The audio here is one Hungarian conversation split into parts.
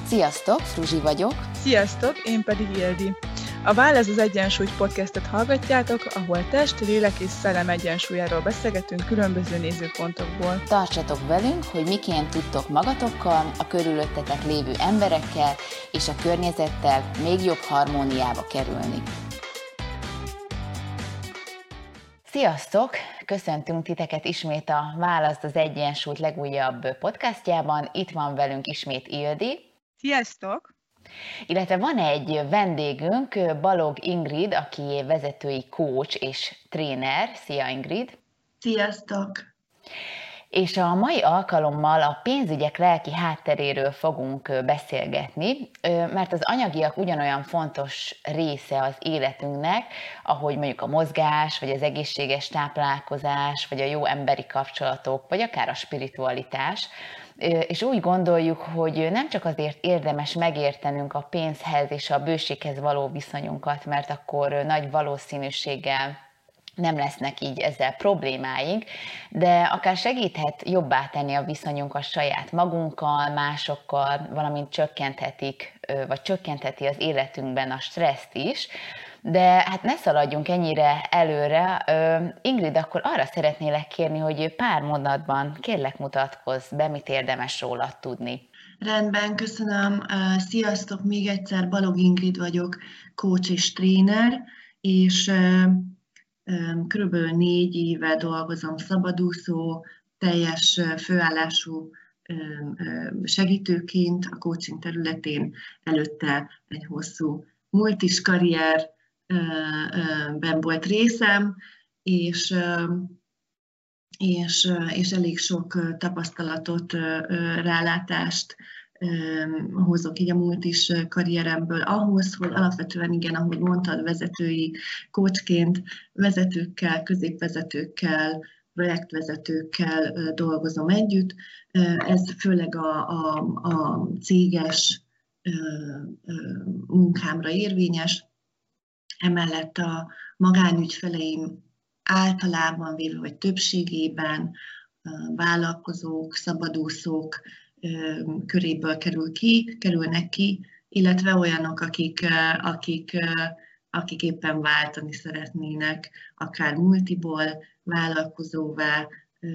Sziasztok, Fruzsi vagyok. Sziasztok, én pedig Ildi. A Válasz az Egyensúly podcastet hallgatjátok, ahol test, lélek és szellem egyensúlyáról beszélgetünk különböző nézőpontokból. Tartsatok velünk, hogy miként tudtok magatokkal, a körülöttetek lévő emberekkel és a környezettel még jobb harmóniába kerülni. Sziasztok! Köszöntünk titeket ismét a Választ az Egyensúly legújabb podcastjában. Itt van velünk ismét Ildi. Sziasztok! Illetve van egy vendégünk, Balog Ingrid, aki vezetői coach és tréner. Szia Ingrid! Sziasztok! És a mai alkalommal a pénzügyek lelki hátteréről fogunk beszélgetni, mert az anyagiak ugyanolyan fontos része az életünknek, ahogy mondjuk a mozgás, vagy az egészséges táplálkozás, vagy a jó emberi kapcsolatok, vagy akár a spiritualitás. És úgy gondoljuk, hogy nem csak azért érdemes megértenünk a pénzhez és a bőséghez való viszonyunkat, mert akkor nagy valószínűséggel nem lesznek így ezzel problémáink, de akár segíthet jobbá tenni a viszonyunkat saját magunkkal, másokkal, valamint csökkentheti az életünkben a stresszt is. De hát ne szaladjunk ennyire előre. Ingrid, akkor arra szeretnélek kérni, hogy pár mondatban kérlek mutatkozz be, mit érdemes rólad tudni. Rendben, köszönöm. Sziasztok, még egyszer Balog Ingrid vagyok, coach és tréner, és körülbelül 4 éve dolgozom szabadúszó, teljes főállású segítőként a coaching területén, előtte egy hosszú multis karrierben volt részem, és elég sok tapasztalatot, rálátást hozok így a multis karrieremből ahhoz, hogy alapvetően igen, ahogy mondtad, vezetői coachként vezetőkkel, középvezetőkkel, projektvezetőkkel dolgozom együtt. Ez főleg a céges munkámra érvényes. Emellett a magánügyfeleim általában véve, vagy többségében vállalkozók, szabadúszók köréből kerülnek ki, illetve olyanok, akik éppen váltani szeretnének, akár multiból vállalkozóvá,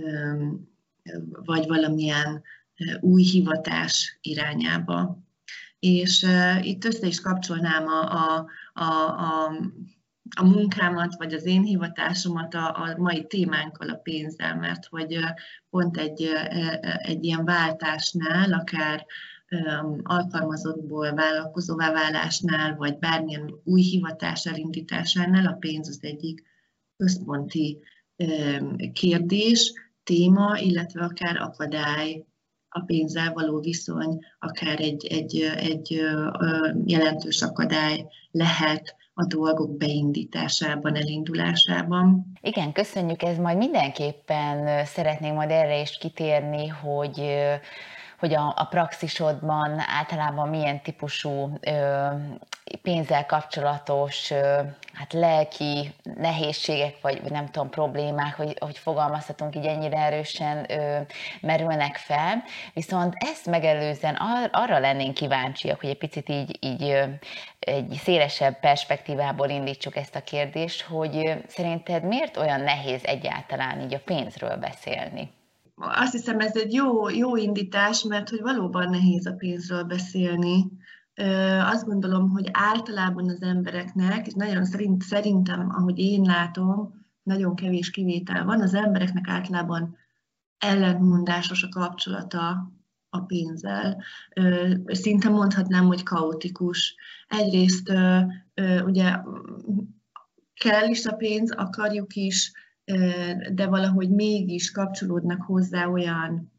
vagy valamilyen új hivatás irányába. És itt össze is kapcsolnám a munkámat, vagy az én hivatásomat a mai témánkkal, a pénzzel, mert hogy pont egy ilyen váltásnál, akár alkalmazottból vállalkozóvá válásnál, vagy bármilyen új hivatás elindításánál a pénz az egyik központi kérdés, téma, illetve akár akadály, a pénzzel való viszony, akár egy jelentős akadály lehet a dolgok beindításában, elindulásában. Igen, köszönjük, ez majd mindenképpen szeretnénk majd erre is kitérni, hogy a praxisodban általában milyen típusú pénzzel kapcsolatos lelki nehézségek, vagy nem tudom, problémák, hogy fogalmazhatunk így ennyire erősen merülnek fel. Viszont ezt megelőzően arra lennénk kíváncsiak, hogy egy picit így egy szélesebb perspektívából indítsuk ezt a kérdést, hogy szerinted miért olyan nehéz egyáltalán így a pénzről beszélni? Azt hiszem, ez egy jó indítás, mert hogy valóban nehéz a pénzről beszélni. Azt gondolom, hogy általában az embereknek, és nagyon szerintem, ahogy én látom, nagyon kevés kivétel van, az embereknek általában ellentmondásos a kapcsolata a pénzzel. Szinte mondhatnám, hogy kaotikus. Egyrészt ugye kell is a pénz, akarjuk is, de valahogy mégis kapcsolódnak hozzá olyan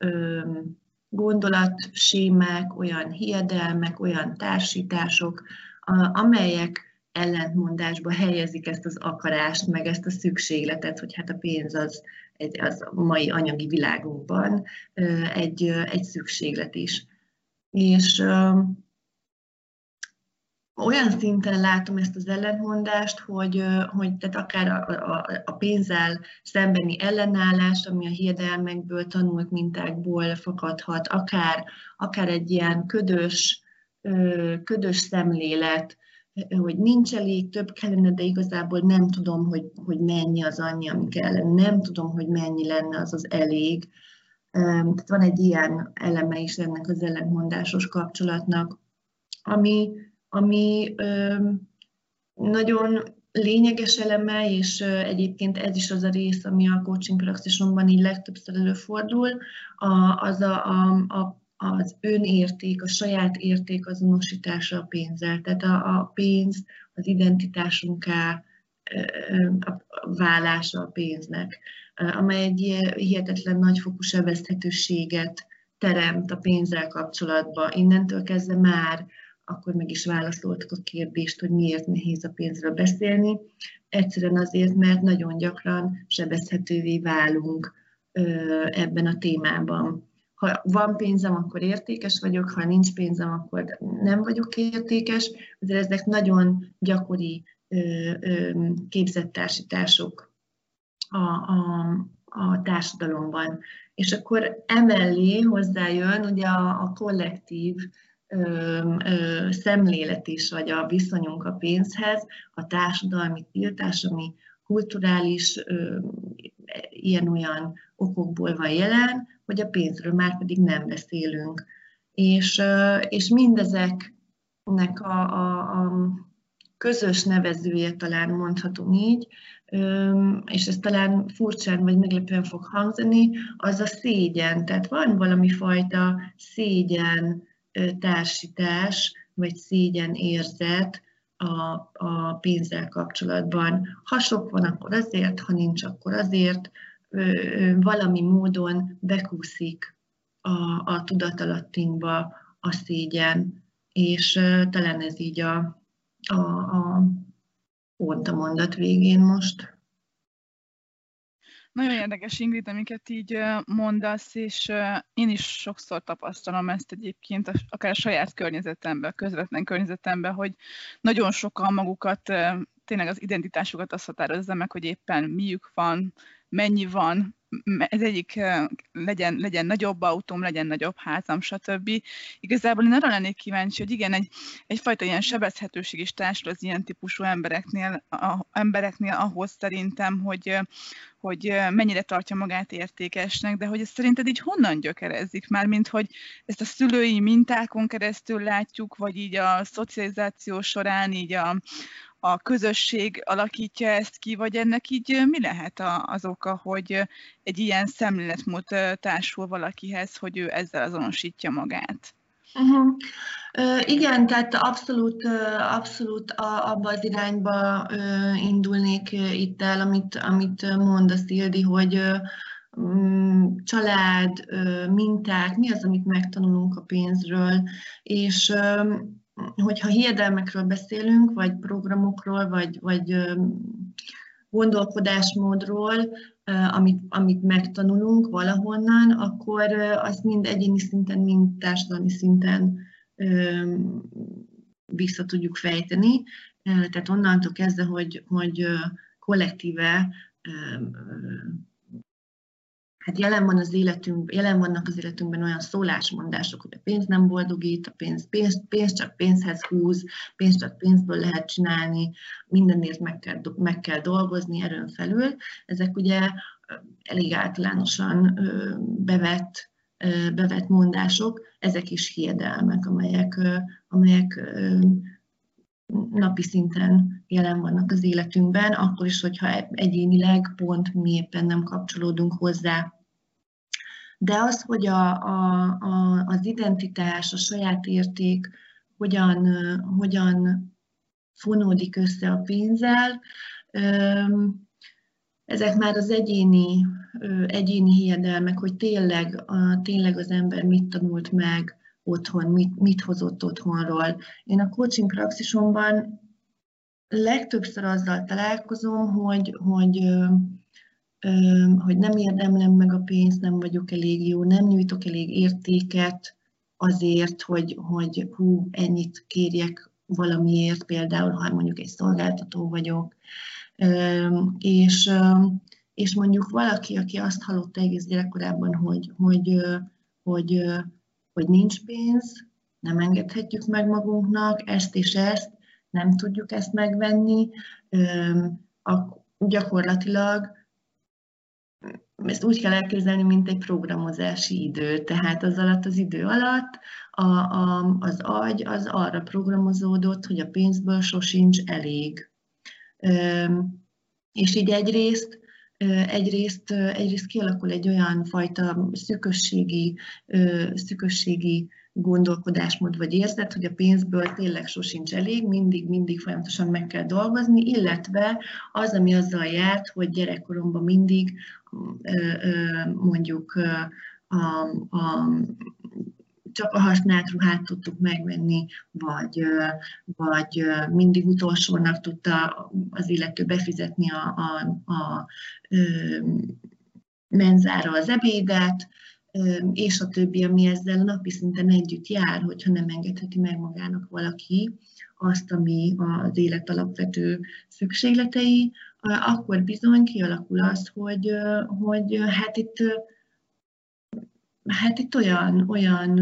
gondolatsémák, olyan hiedelmek, olyan társítások, amelyek ellentmondásba helyezik ezt az akarást, meg ezt a szükségletet, hogy hát a pénz az a mai anyagi világunkban egy szükséglet is. És olyan szinten látom ezt az ellentmondást, hogy tehát akár a pénzzel szembeni ellenállás, ami a hiedelmekből, tanult mintákból fakadhat, akár egy ilyen ködös szemlélet, hogy nincs elég, több kellene, de igazából nem tudom, hogy mennyi az annyi, ami kellene, nem tudom, hogy mennyi lenne az elég. Tehát van egy ilyen eleme is ennek az ellentmondásos kapcsolatnak, ami nagyon lényeges eleme, és egyébként ez is az a rész, ami a coaching praxisomban így legtöbbször előfordul, az önérték, a saját érték azonosítása a pénzzel. Tehát a pénz az identitásunká válása a pénznek, amely egy hihetetlen nagyfokú sebezhetőséget teremt a pénzzel kapcsolatban. Innentől kezdve már akkor meg is válaszoltuk a kérdést, hogy miért nehéz a pénzről beszélni. Egyszerűen azért, mert nagyon gyakran sebezhetővé válunk ebben a témában. Ha van pénzem, akkor értékes vagyok, ha nincs pénzem, akkor nem vagyok értékes. Azért ezek nagyon gyakori képzettársítások a társadalomban. És akkor emellé hozzájön ugye a kollektív szemlélet is, vagy a viszonyunk a pénzhez, a társadalmi tiltás, ami kulturális ilyen-olyan okokból van jelen, hogy a pénzről már pedig nem beszélünk. És mindezeknek a közös nevezője, talán mondhatom így, és ez talán furcsán vagy meglepően fog hangzani, az a szégyen. Tehát van valami fajta szégyen társítás, vagy szégyen érzet a pénzzel kapcsolatban. Ha sok van, akkor azért, ha nincs, akkor azért. Valami módon bekúszik a tudatalattinkba a szégyen, és talán ez így a pont a mondat végén most. Nagyon érdekes, Ingrid, amiket így mondasz, és én is sokszor tapasztalom ezt egyébként, akár a saját környezetemben, közvetlen környezetemben, hogy nagyon sokan magukat, tényleg az identitásukat azt határozza meg, hogy éppen miük van, mennyi van, ez egyik legyen nagyobb autóm, legyen nagyobb házam, stb. Igazából én arra lennék kíváncsi, hogy igen, egyfajta ilyen sebezhetőség is társul az ilyen típusú embereknél ahhoz szerintem, hogy mennyire tartja magát értékesnek, de hogy ez szerinted így honnan gyökerezik? Mármint, hogy ezt a szülői mintákon keresztül látjuk, vagy így a szocializáció során így a közösség alakítja ezt ki, vagy ennek így mi lehet az oka, hogy egy ilyen szemléletmód társul valakihez, hogy ő ezzel azonosítja magát? Igen, tehát abszolút abba az irányba indulnék itt el, amit mondasz, Ildi, hogy család, minták, mi az, amit megtanulunk a pénzről, és hogyha hiedelmekről beszélünk, vagy programokról, vagy gondolkodásmódról, amit megtanulunk valahonnan, akkor azt mind egyéni szinten, mind társadalmi szinten vissza tudjuk fejteni. Tehát onnantól kezdve, hogy kollektíve hát jelen vannak az életünkben olyan szólásmondások, hogy a pénz nem boldogít, a pénz csak pénzhez húz, pénzt csak pénzből lehet csinálni, mindenért meg kell dolgozni erőn felül. Ezek ugye elég általánosan bevett mondások, ezek is hiedelmek, amelyek napi szinten jelen vannak az életünkben, akkor is, hogyha egyénileg pont mi éppen nem kapcsolódunk hozzá. De az, hogy az identitás, a saját érték hogyan fonódik össze a pénzzel, ezek már az egyéni hiedelmek, hogy tényleg az ember mit tanult meg otthon, mit hozott otthonról. Én a coaching praxisomban legtöbbször azzal találkozom, hogy nem érdemlem meg a pénzt, nem vagyok elég jó, nem nyújtok elég értéket azért, hogy ennyit kérjek valamiért, például ha mondjuk egy szolgáltató vagyok, és mondjuk valaki, aki azt hallotta egész gyerekkorában, hogy nincs pénz, nem engedhetjük meg magunknak ezt és ezt, nem tudjuk ezt megvenni, gyakorlatilag ezt úgy kell elképzelni, mint egy programozási idő. Tehát az idő alatt az agy az arra programozódott, hogy a pénzből sosincs elég. És így egyrészt kialakul egy olyan fajta szűkösségi gondolkodásmód vagy érzet, hogy a pénzből tényleg sosincs elég, mindig folyamatosan meg kell dolgozni, illetve az, ami azzal járt, hogy gyerekkoromban mindig mondjuk csak a használt ruhát tudtuk megvenni, vagy mindig utolsónak tudta az illető befizetni a menzára az ebédet, és a többi, ami ezzel napi szinten együtt jár, hogyha nem engedheti meg magának valaki azt, ami az élet alapvető szükségletei, akkor bizony kialakul az, hogy hát itt olyan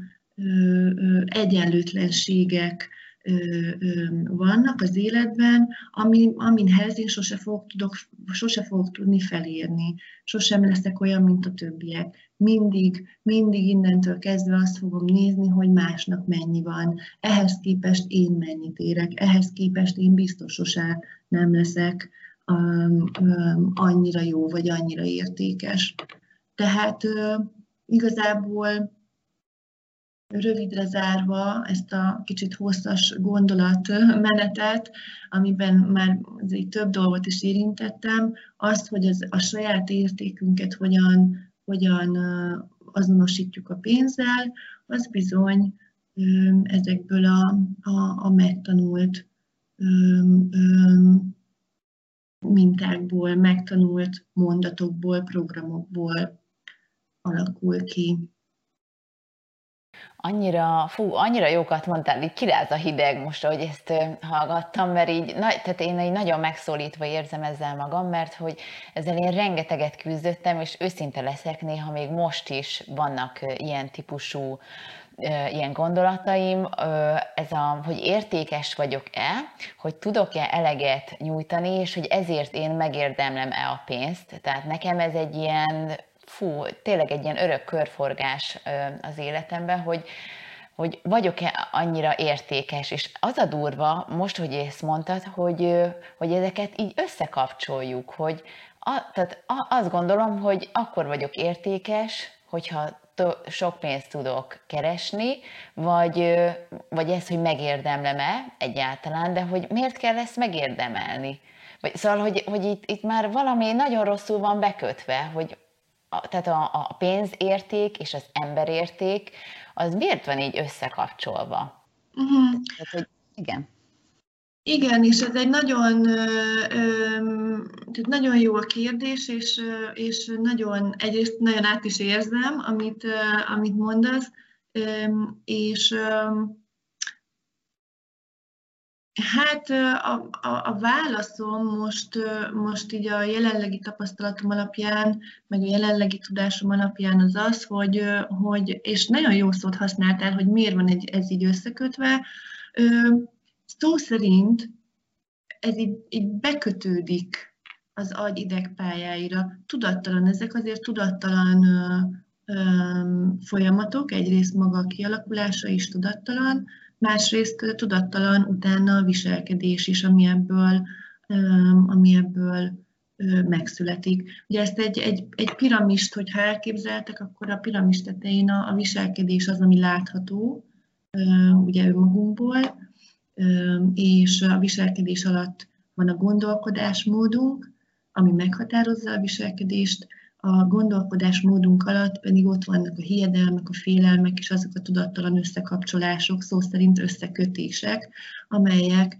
egyenlőtlenségek vannak az életben, aminhez én sose fogok tudni felérni. Sosem leszek olyan, mint a többiek. Mindig innentől kezdve azt fogom nézni, hogy másnak mennyi van. Ehhez képest én mennyit érek, ehhez képest én biztos sose nem leszek annyira jó, vagy annyira értékes. Tehát igazából rövidre zárva ezt a kicsit hosszas gondolatmenetet, amiben már azért több dolgot is érintettem, azt, hogy a saját értékünket hogyan azonosítjuk a pénzzel, az bizony ezekből a megtanult mintákból, megtanult mondatokból, programokból alakul ki. Annyira jókat mondtál, így kiráz a hideg most, ahogy ezt hallgattam, mert tehát én így nagyon megszólítva érzem ezzel magam, mert hogy ezzel én rengeteget küzdöttem, és őszinte leszek, néha még most is vannak ilyen típusú ilyen gondolataim, hogy értékes vagyok-e, hogy tudok-e eleget nyújtani, és hogy ezért én megérdemlem-e a pénzt. Tehát nekem ez egy ilyen tényleg egy ilyen örök körforgás az életemben, hogy vagyok-e annyira értékes, és az a durva, most, hogy ezt mondtad, hogy ezeket így összekapcsoljuk, tehát azt gondolom, hogy akkor vagyok értékes, hogyha sok pénzt tudok keresni, vagy ez, hogy megérdemlem-e egyáltalán, de hogy miért kell ezt megérdemelni? Szóval, hogy itt már valami nagyon rosszul van bekötve, hogy tehát a pénzérték és az emberérték, az miért van így összekapcsolva? Tehát, hogy igen. Igen, és ez egy nagyon jó a kérdés, és egyrészt nagyon át is érzem, amit mondasz, és hát a válaszom most így a jelenlegi tapasztalatom alapján, meg a jelenlegi tudásom alapján az, hogy és nagyon jó szót használtál, hogy miért van ez így összekötve. Szó szerint ez így bekötődik az agy idegpályáira. Tudattalan, ezek azért tudattalan folyamatok, egyrészt maga a kialakulása is tudattalan, másrészt tudattalan utána a viselkedés is, ami ebből megszületik. Ugye ezt egy piramist, hogyha elképzeltek, akkor a piramis tetején a viselkedés az, ami látható, ugye önmagunkból, és a viselkedés alatt van a gondolkodásmódunk, ami meghatározza a viselkedést, a gondolkodásmódunk alatt pedig ott vannak a hiedelmek, a félelmek és azok a tudattalan összekapcsolások, szó szerint összekötések, amelyek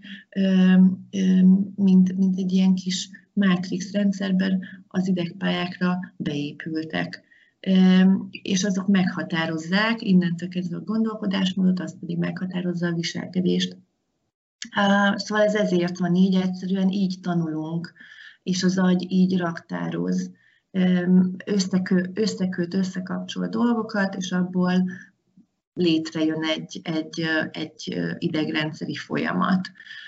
mint egy ilyen kis mátrix rendszerben az idegpályákra beépültek. És azok meghatározzák innentől kezdve a gondolkodásmódot, az pedig meghatározza a viselkedést. Szóval ez ezért van így, egyszerűen így tanulunk, és az agy így raktároz, összekapcsol dolgokat, és abból létrejön egy idegrendszeri folyamat.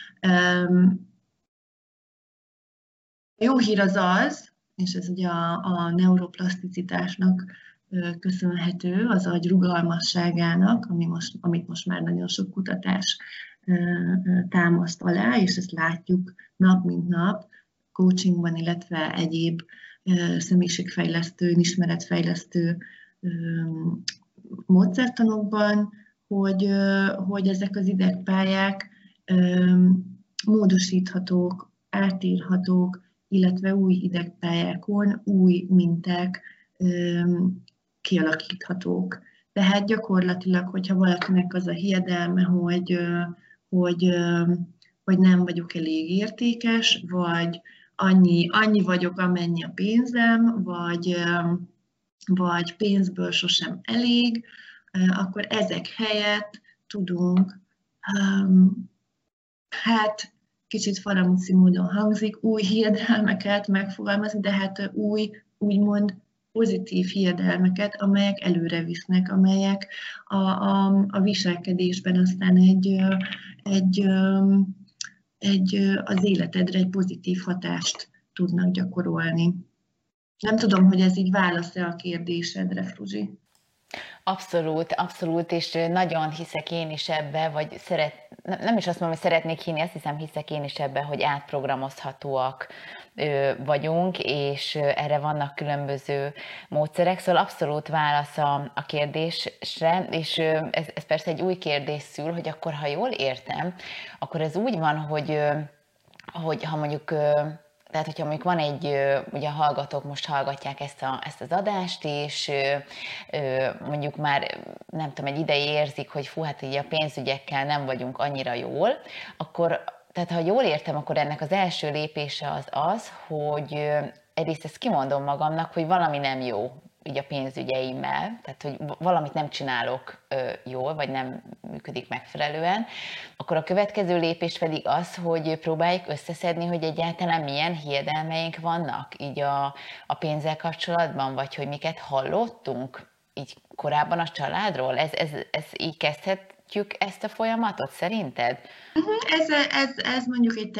Jó hír az, és ez ugye a neuroplaszticitásnak köszönhető, az agy rugalmasságának, amit most már nagyon sok kutatás támaszt alá, és ezt látjuk nap mint nap, coachingban, illetve egyéb személyiségfejlesztő, ismeretfejlesztő módszertanokban, hogy ezek az idegpályák módosíthatók, átírhatók, illetve új idegpályákon új minták kialakíthatók. Tehát gyakorlatilag, hogyha valakinek az a hiedelme, hogy nem vagyok elég értékes, vagy annyi vagyok, amennyi a pénzem, vagy pénzből sosem elég, akkor ezek helyett tudunk, hát kicsit faramúci módon hangzik, új hiedelmeket megfogalmazni, de hát új, úgymond pozitív hiedelmeket, amelyek előre visznek, amelyek a viselkedésben aztán az életedre egy pozitív hatást tudnak gyakorolni. Nem tudom, hogy ez így válasz-e a kérdésedre, Fruzsi. Abszolút, abszolút, és nagyon hiszek én is ebbe, vagy nem is azt mondom, hogy szeretnék hinni, azt hiszem, hiszek én is ebbe, hogy átprogramozhatóak vagyunk, és erre vannak különböző módszerek, szóval abszolút válasz a kérdésre, és ez persze egy új kérdés szül, hogy akkor, ha jól értem, akkor ez úgy van, hogy ha mondjuk... Tehát, hogyha mondjuk van ugye a hallgatók most hallgatják ezt az adást, és mondjuk már, nem tudom, egy ideje érzik, hogy fú, hát így a pénzügyekkel nem vagyunk annyira jól, akkor, tehát ha jól értem, akkor ennek az első lépése az, hogy egyrészt ezt kimondom magamnak, hogy valami nem jó így a pénzügyeimmel, tehát hogy valamit nem csinálok jól, vagy nem működik megfelelően, akkor a következő lépés pedig az, hogy próbáljuk összeszedni, hogy egyáltalán milyen hiedelmeink vannak így a pénzzel kapcsolatban, vagy hogy miket hallottunk így korábban a családról. Ez így kezdhetjük ezt a folyamatot szerinted? Ez mondjuk egy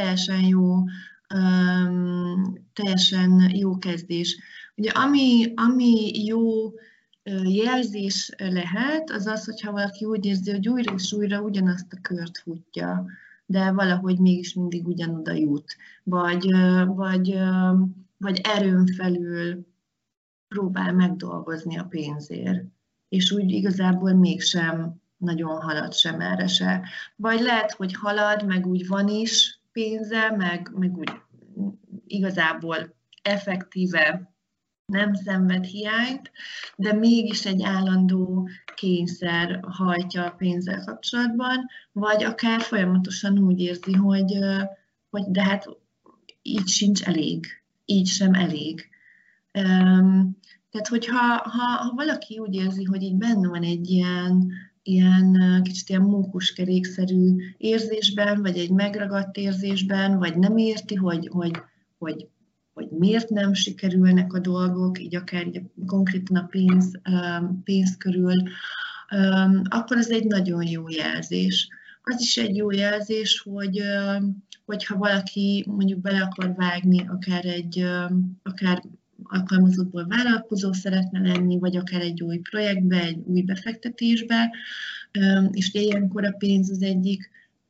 teljesen jó kezdés. Ugye ami jó jelzés lehet, az az, hogyha valaki úgy érzi, hogy újra és újra ugyanazt a kört futja, de valahogy mégis mindig ugyanoda jut, vagy erőn felül próbál megdolgozni a pénzért, és úgy igazából mégsem nagyon halad sem erre se. Vagy lehet, hogy halad, meg úgy van is pénze, meg úgy igazából effektíve nem szenved hiányt, de mégis egy állandó kényszer hajtja a pénzzel kapcsolatban, vagy akár folyamatosan úgy érzi, hogy de hát így sincs elég, így sem elég. Tehát, hogyha valaki úgy érzi, hogy így benne van egy ilyen kicsit ilyen mókuskerékszerű érzésben, vagy egy megragadt érzésben, vagy nem érti, hogy miért nem sikerülnek a dolgok, így akár így konkrétan a pénz körül, akkor ez egy nagyon jó jelzés. Az is egy jó jelzés, hogyha valaki mondjuk bele akar vágni, akár alkalmazottból vállalkozó szeretne lenni, vagy akár egy új projektbe, egy új befektetésbe, és ilyenkor a pénz az egyik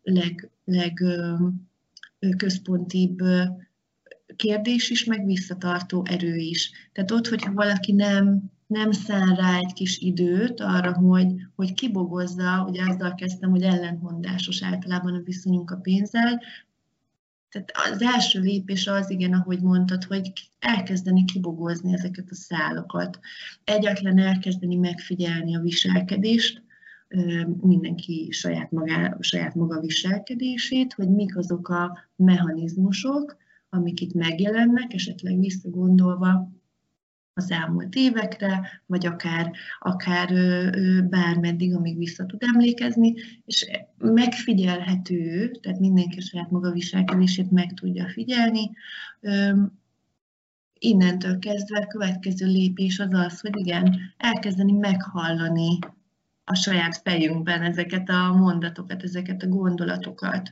legközpontibb kérdés is, meg visszatartó erő is. Tehát ott, hogyha valaki nem szán rá egy kis időt arra, hogy kibogozza, ugye azzal kezdtem, hogy ellentmondásos általában a viszonyunk a pénzzel. Tehát az első lépés az, igen, ahogy mondtad, hogy elkezdeni kibogozni ezeket a szálakat. Egyáltalán elkezdeni megfigyelni a viselkedést, mindenki saját maga viselkedését, hogy mik azok a mechanizmusok, amik itt megjelennek, esetleg visszagondolva az elmúlt évekre, vagy akár bármeddig, amíg vissza tud emlékezni, és megfigyelhető, tehát mindenki saját maga viselkedését meg tudja figyelni. Innentől kezdve a következő lépés az az, hogy igen, elkezdeni meghallani a saját fejünkben ezeket a mondatokat, ezeket a gondolatokat.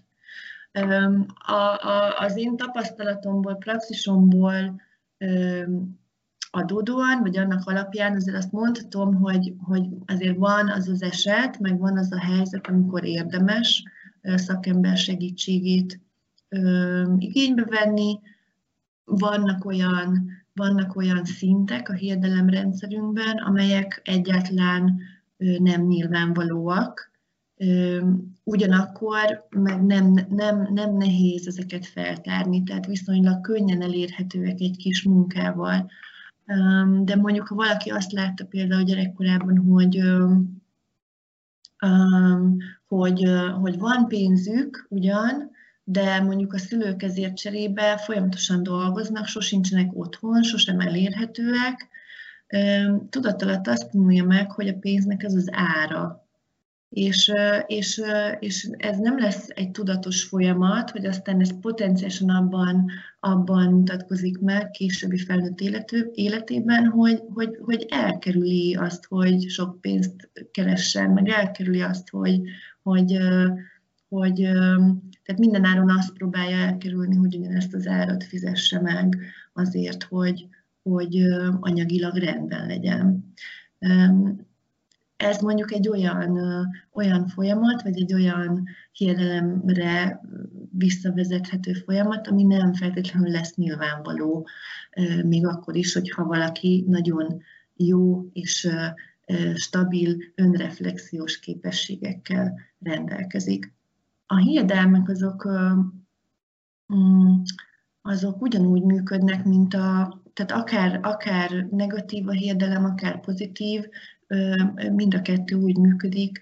Az én tapasztalatomból, praxisomból adódóan, vagy annak alapján azért azt mondhatom, hogy azért van az az eset, meg van az a helyzet, amikor érdemes szakember segítségét igénybe venni. Vannak olyan szintek a hiedelemrendszerünkben, amelyek egyáltalán nem nyilvánvalóak, ugyanakkor meg nem nehéz ezeket feltárni, tehát viszonylag könnyen elérhetőek egy kis munkával. De mondjuk, ha valaki azt látta például gyerekkorában, hogy van pénzük ugyan, de mondjuk a szülők ezért cserébe folyamatosan dolgoznak, sosincsenek otthon, sosem elérhetőek, tudatalatt azt tanulja meg, hogy a pénznek ez az ára. És ez nem lesz egy tudatos folyamat, hogy aztán ez potenciálisan abban mutatkozik meg későbbi felnőtt életében, hogy elkerüli azt, hogy sok pénzt keressen, meg elkerüli azt, hogy tehát mindenáron azt próbálja elkerülni, hogy ugyanezt az árat fizesse meg azért, hogy anyagilag rendben legyen. Ez mondjuk egy olyan folyamat, vagy egy olyan hiedelemre visszavezethető folyamat, ami nem feltétlenül lesz nyilvánvaló, még akkor is, hogyha valaki nagyon jó és stabil önreflexiós képességekkel rendelkezik. A hiedelmek azok ugyanúgy működnek, tehát akár negatív a hiedelem, akár pozitív, mind a kettő úgy működik,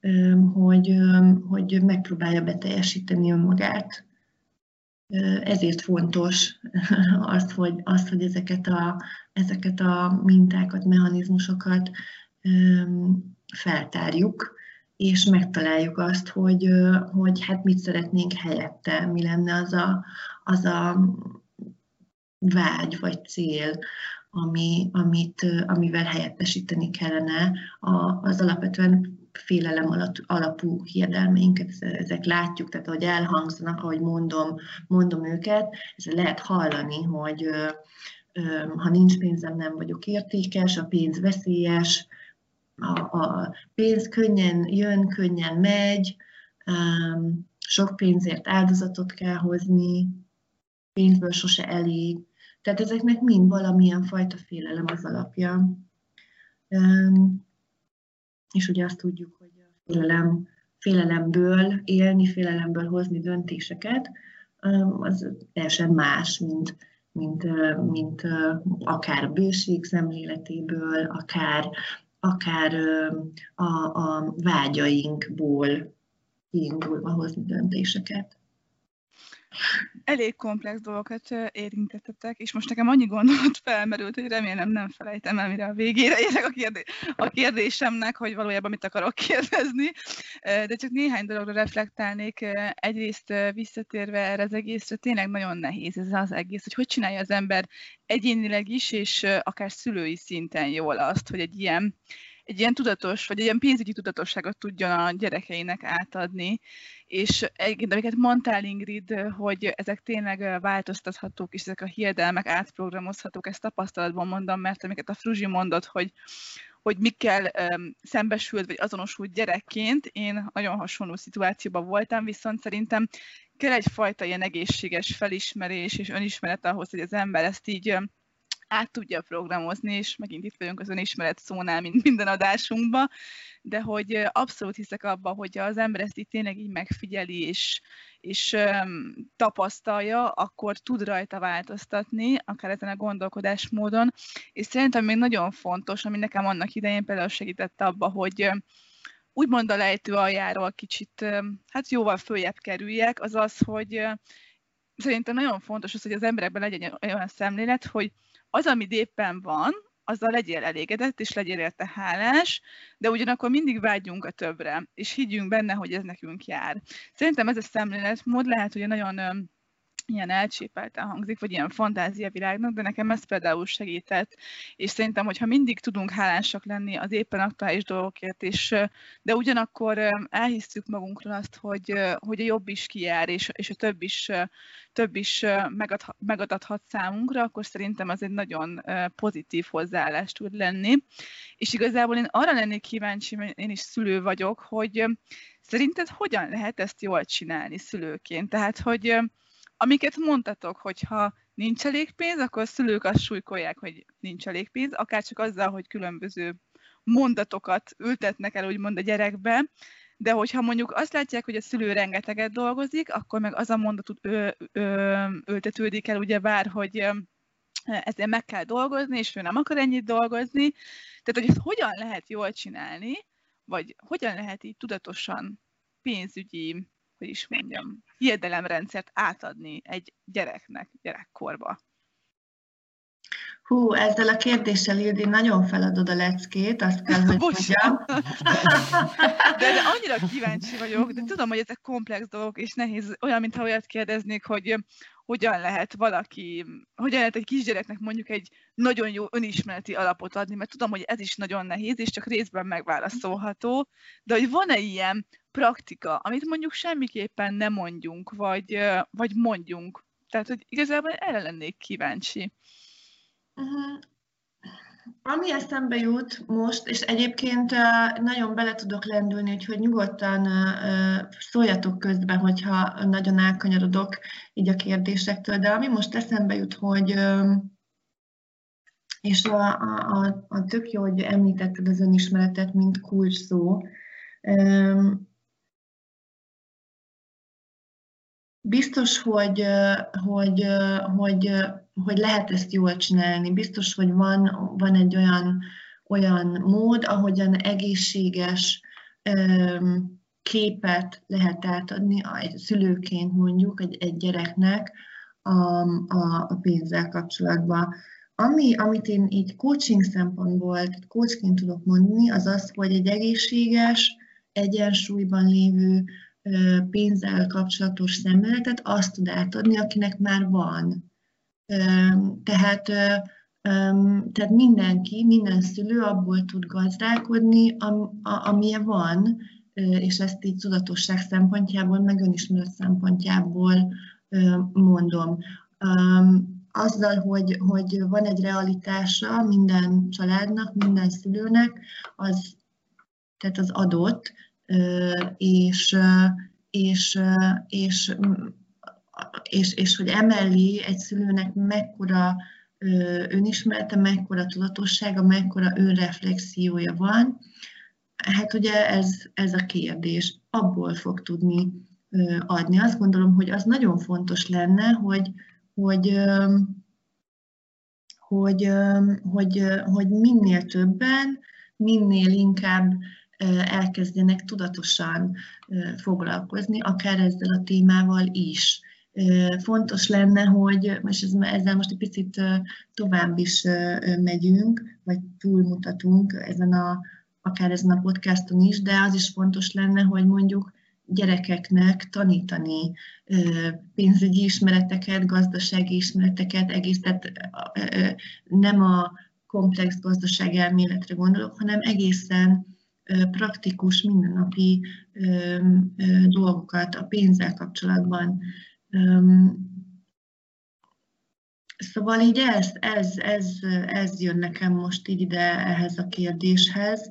hogy megpróbálja beteljesíteni önmagát. Ezért fontos az, hogy ezeket a mintákat, mechanizmusokat feltárjuk, és megtaláljuk azt, hogy hát mit szeretnénk helyette, mi lenne az a vágy vagy cél, amivel helyettesíteni kellene az alapvetően félelem alapú hiedelmeinket. Ezek látjuk, tehát ahogy elhangzanak, ahogy mondom őket, ezzel lehet hallani, hogy ha nincs pénzem, nem vagyok értékes, a pénz veszélyes, a pénz könnyen jön, könnyen megy, sok pénzért áldozatot kell hozni, pénzből sose elég. Tehát ezeknek mind valamilyen fajta félelem az alapja. És ugye azt tudjuk, hogy a félelemből élni, félelemből hozni döntéseket, az teljesen más, mint akár a bőség szemléletéből, akár a vágyainkból kiindulva hozni döntéseket. Elég komplex dolgokat érintettetek, és most nekem annyi gondolat felmerült, hogy remélem nem felejtem el, mire a végére érek a kérdésemnek, hogy valójában mit akarok kérdezni, de csak néhány dologra reflektálnék. Egyrészt visszatérve erre az egészre, tényleg nagyon nehéz ez az egész, hogy csinálja az ember egyénileg is, és akár szülői szinten jól azt, hogy egy ilyen tudatos, vagy egy ilyen pénzügyi tudatosságot tudjon a gyerekeinek átadni, és egyébként, amiket mondtál, Ingrid, hogy ezek tényleg változtathatók, és ezek a hiedelmek átprogramozhatók, ezt tapasztalatban mondom, mert amiket a Fruzsi mondott, hogy mikkel szembesült, vagy azonosult gyerekként, én nagyon hasonló szituációban voltam, viszont szerintem kell egyfajta ilyen egészséges felismerés és önismeret ahhoz, hogy az ember ezt így át tudja programozni, és megint itt vagyunk az önismeret szónál, mint minden adásunkban, de hogy abszolút hiszek abba, hogy az ember ezt itt tényleg így megfigyeli, és tapasztalja, akkor tud rajta változtatni, akár ezen a gondolkodásmódon, és szerintem még nagyon fontos, ami nekem annak idején például segített abba, hogy úgymond a lejtő aljáról kicsit, hát jóval följebb kerüljek, az az, hogy szerintem nagyon fontos az, hogy az emberekben legyen olyan szemlélet, hogy az, amit éppen van, azzal legyél elégedett, és legyél érte hálás, de ugyanakkor mindig vágyjunk a többre, és higgyünk benne, hogy ez nekünk jár. Szerintem ez a szemléletmód lehet, hogy nagyon ilyen elcsépelten hangzik, vagy ilyen fantáziavilágnak, de nekem ez például segített, és szerintem, hogyha mindig tudunk hálásak lenni az éppen aktuális dolgokért, de ugyanakkor elhisszük magunkról azt, hogy a jobb is kijár, és a több is megadathat számunkra, akkor szerintem az egy nagyon pozitív hozzáállás tud lenni. És igazából én arra lennék kíváncsi, mert én is szülő vagyok, hogy szerinted hogyan lehet ezt jól csinálni szülőként? Tehát, hogy amiket mondtatok, hogyha nincs elég pénz, akkor a szülők azt súlykolják, hogy nincs elég pénz, akár csak azzal, hogy különböző mondatokat ültetnek el, úgymond a gyerekbe, de hogyha mondjuk azt látják, hogy a szülő rengeteget dolgozik, akkor meg az a mondat ültetődik el, ugye hogy ezért meg kell dolgozni, és ő nem akar ennyit dolgozni. Tehát, hogy ezt hogyan lehet jól csinálni, vagy hogyan lehet így tudatosan pénzügyi, hogy is mondjam, hiedelemrendszert átadni egy gyereknek gyerekkorba? Hú, ezzel a kérdéssel, Ildi, nagyon feladod a leckét, azt kell, hogy mondjam. De annyira kíváncsi vagyok, de tudom, hogy ezek komplex dolgok, és nehéz, olyan, mintha olyat kérdeznék, hogy hogyan lehet egy kisgyereknek mondjuk egy nagyon jó önismereti alapot adni, mert tudom, hogy ez is nagyon nehéz, és csak részben megválaszolható, de hogy van-e ilyen praktika, amit mondjuk semmiképpen nem mondjunk, vagy mondjunk. Tehát, hogy igazából erre lennék kíváncsi. Ami eszembe jut most, és egyébként nagyon bele tudok lendülni, úgyhogy nyugodtan szóljatok közbe, hogyha nagyon elkanyarodok így a kérdésektől, de ami most eszembe jut, hogy és a tök jó, hogy említetted az önismeretet, mint kulcs szó. Biztos, hogy lehet ezt jól csinálni. Biztos, hogy van egy olyan mód, ahogyan egészséges képet lehet átadni egy szülőként mondjuk egy gyereknek a pénzzel kapcsolatban. Amit én így coaching szempontból, coachként tudok mondani, az az, hogy egy egészséges, egyensúlyban lévő pénzzel kapcsolatos szemléletet azt tud átadni, akinek már van. Tehát minden szülő abból tud gazdálkodni, amilyen van, és ezt így tudatosság szempontjából, meg önismeret szempontjából mondom. Azzal, hogy van egy realitása minden családnak, minden szülőnek, tehát az adott, és hogy emellé egy szülőnek mekkora önismerete, mekkora tudatossága, mekkora önreflexiója van, hát ugye ez a kérdés. Abból fog tudni adni. Azt gondolom, hogy az nagyon fontos lenne, hogy minél többen, minél inkább elkezdenek tudatosan foglalkozni, akár ezzel a témával is. Fontos lenne, hogy, és ezzel most egy picit tovább is megyünk, vagy túlmutatunk akár ezen a podcaston is, de az is fontos lenne, hogy mondjuk gyerekeknek tanítani pénzügyi ismereteket, gazdasági ismereteket, tehát nem a komplex gazdaságelméletre gondolok, hanem egészen praktikus, mindennapi dolgokat a pénzzel kapcsolatban. Szóval így ez jön nekem most így ide ehhez a kérdéshez.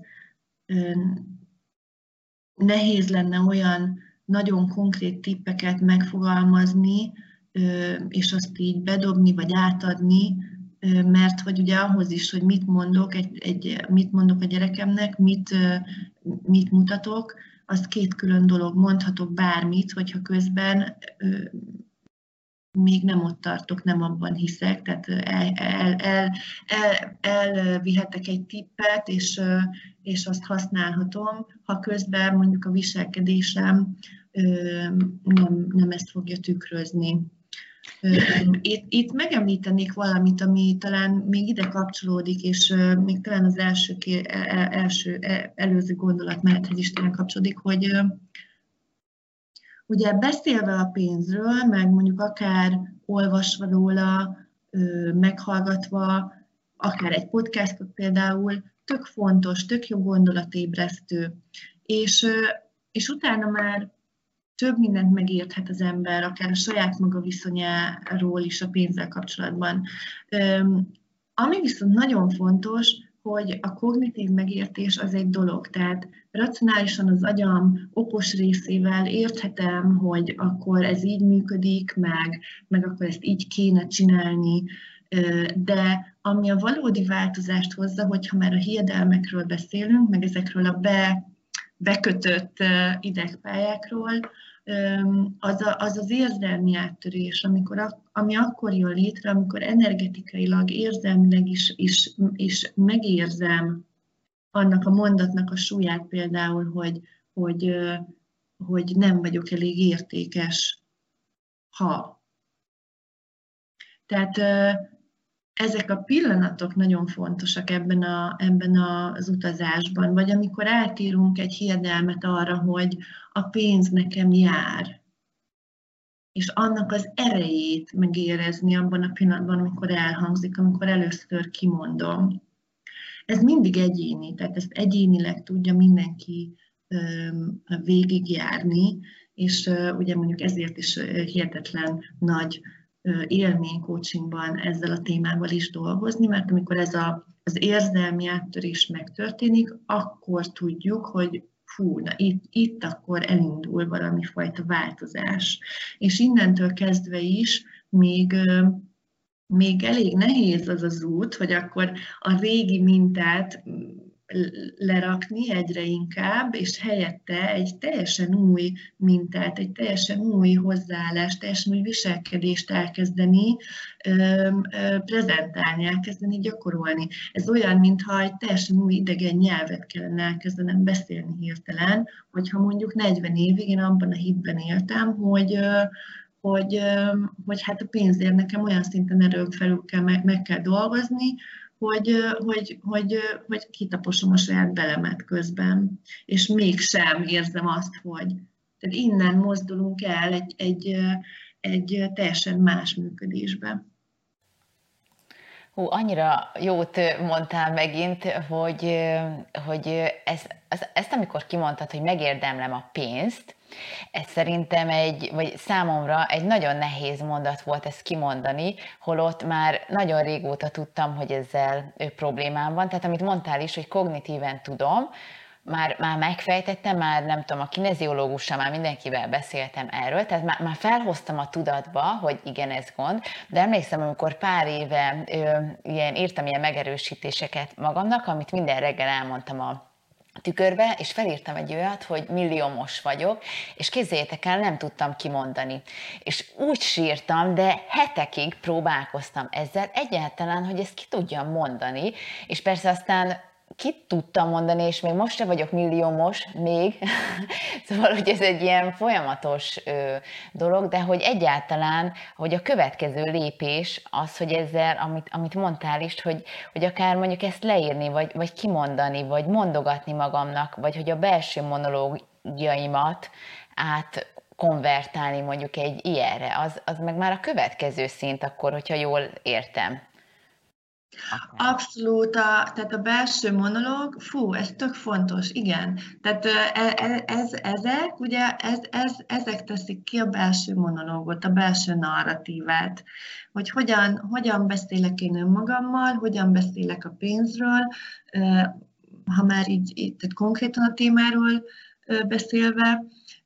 Nehéz lenne olyan nagyon konkrét tippeket megfogalmazni, és azt így bedobni, vagy átadni, mert hogy ugye ahhoz is, hogy mit mondok a gyerekemnek, mit mutatok, az két külön dolog. Mondhatok bármit, hogyha közben még nem ott tartok, nem abban hiszek, tehát elvihetek egy tippet, és azt használhatom, ha közben mondjuk a viselkedésem nem ezt fogja tükrözni. Itt megemlítenék valamit, ami talán még ide kapcsolódik, és még talán az előző gondolatmenethez is talán kapcsolódik, hogy ugye beszélve a pénzről, meg mondjuk akár olvasva róla, meghallgatva, akár egy podcastot például, tök fontos, tök jó gondolatébresztő, és utána már több mindent megérthet az ember, akár a saját maga viszonyáról is a pénzzel kapcsolatban. Ami viszont nagyon fontos, hogy a kognitív megértés az egy dolog, tehát racionálisan az agyam okos részével érthetem, hogy akkor ez így működik, meg akkor ezt így kéne csinálni, de ami a valódi változást hozza, hogyha már a hiedelmekről beszélünk, meg ezekről a bekötött idegpályákról, az az érzelmi áttörés, ami akkor jön létre, amikor energetikailag, érzelmileg is megérzem annak a mondatnak a súlyát például, hogy nem vagyok elég értékes, ha. Tehát ezek a pillanatok nagyon fontosak ebben az utazásban, vagy amikor átírunk egy hiedelmet arra, hogy a pénz nekem jár, és annak az erejét megérezni abban a pillanatban, amikor elhangzik, amikor először kimondom. Ez mindig egyéni, tehát ezt egyénileg tudja mindenki végigjárni, és ugye mondjuk ezért is hihetetlen nagy élmény coachingban ezzel a témával is dolgozni, mert amikor ez az érzelmi áttörés megtörténik, akkor tudjuk, hogy fú, na itt akkor elindul valami fajta változás. És innentől kezdve is még elég nehéz az az út, hogy akkor a régi mintát lerakni egyre inkább, és helyette egy teljesen új mintát, egy teljesen új hozzáállást, teljesen új viselkedést elkezdeni prezentálni, elkezdeni gyakorolni. Ez olyan, mintha egy teljesen új idegen nyelvet kellene elkezdenem beszélni hirtelen, hogyha mondjuk 40 évig én abban a hitben éltem, hogy hát a pénzért nekem olyan szinten erőn felül meg kell dolgozni, hogy kitaposom a saját belemet közben, és mégsem érzem azt, hogy tehát innen mozdulunk el egy teljesen más működésbe. Annyira jót mondtál megint, hogy ezt amikor kimondtad, hogy megérdemlem a pénzt, ez szerintem vagy számomra egy nagyon nehéz mondat volt ezt kimondani, holott már nagyon régóta tudtam, hogy ezzel problémám van. Tehát amit mondtál is, hogy kognitíven tudom, már megfejtettem, már nem tudom, a kineziológussal, már mindenkivel beszéltem erről, tehát már felhoztam a tudatba, hogy igen, ez gond, de emlékszem, amikor pár éve írtam ilyen megerősítéseket magamnak, amit minden reggel elmondtam a tükörbe, és felírtam egy olyat, hogy milliómos vagyok, és képzeljétek el, nem tudtam kimondani. És úgy sírtam, de hetekig próbálkoztam ezzel egyáltalán, hogy ezt ki tudjam mondani, és persze aztán ki tudtam mondani, és még most sem vagyok milliómos, még, szóval, hogy ez egy ilyen folyamatos dolog, de hogy egyáltalán, hogy a következő lépés az, hogy ezzel, amit mondtál is, hogy akár mondjuk ezt leírni, vagy kimondani, vagy mondogatni magamnak, vagy hogy a belső monológiaimat átkonvertálni mondjuk egy ilyenre, az meg már a következő szint akkor, hogyha jól értem. Abszolút, tehát a belső monológ, ez tök fontos, igen. Tehát ezek teszik ki a belső monológot, a belső narratívát, hogy hogyan beszélek én önmagammal, hogyan beszélek a pénzről, ha már így tehát konkrétan a témáról beszélve,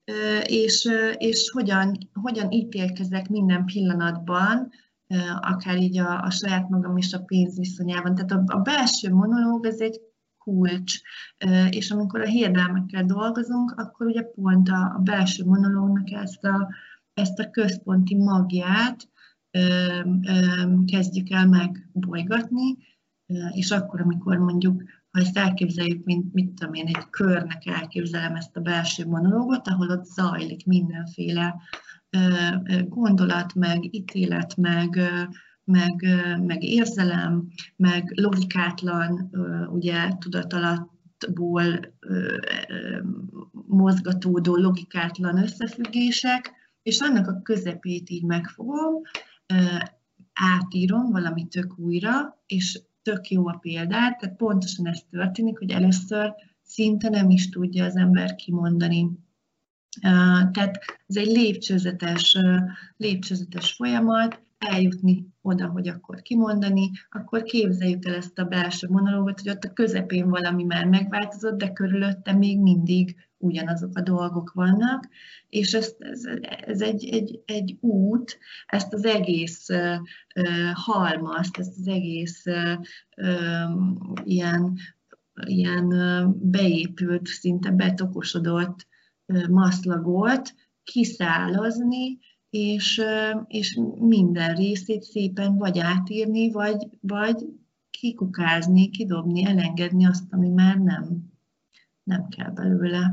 és hogyan ítélkezek minden pillanatban, akár így a saját magam és a pénz viszonyában. Tehát a belső monológ ez egy kulcs, és amikor a hiedelmekkel dolgozunk, akkor ugye pont a belső monológnak ezt a központi magját kezdjük el megbolygatni, és akkor, amikor mondjuk, ha ezt elképzeljük, mit tudom én, egy körnek elképzelem ezt a belső monológot, ahol ott zajlik mindenféle gondolat, meg ítélet, meg érzelem, meg logikátlan, ugye tudatalatból mozgatódó logikátlan összefüggések, és annak a közepét így megfogom, átírom valami tök újra, és tök jó a példát, tehát pontosan ez történik, hogy először szinte nem is tudja az ember kimondani. Tehát ez egy lépcsőzetes folyamat, eljutni oda, hogy akkor kimondani, akkor képzeljük el ezt a belső monológot, hogy ott a közepén valami már megváltozott, de körülötte még mindig ugyanazok a dolgok vannak, és ez egy út, ezt az egész halmazt, ezt az egész ilyen beépült, szinte betokosodott maszlagot kiszálazni, és minden részét szépen vagy átírni, vagy kikukázni, kidobni, elengedni azt, ami már nem kell belőle.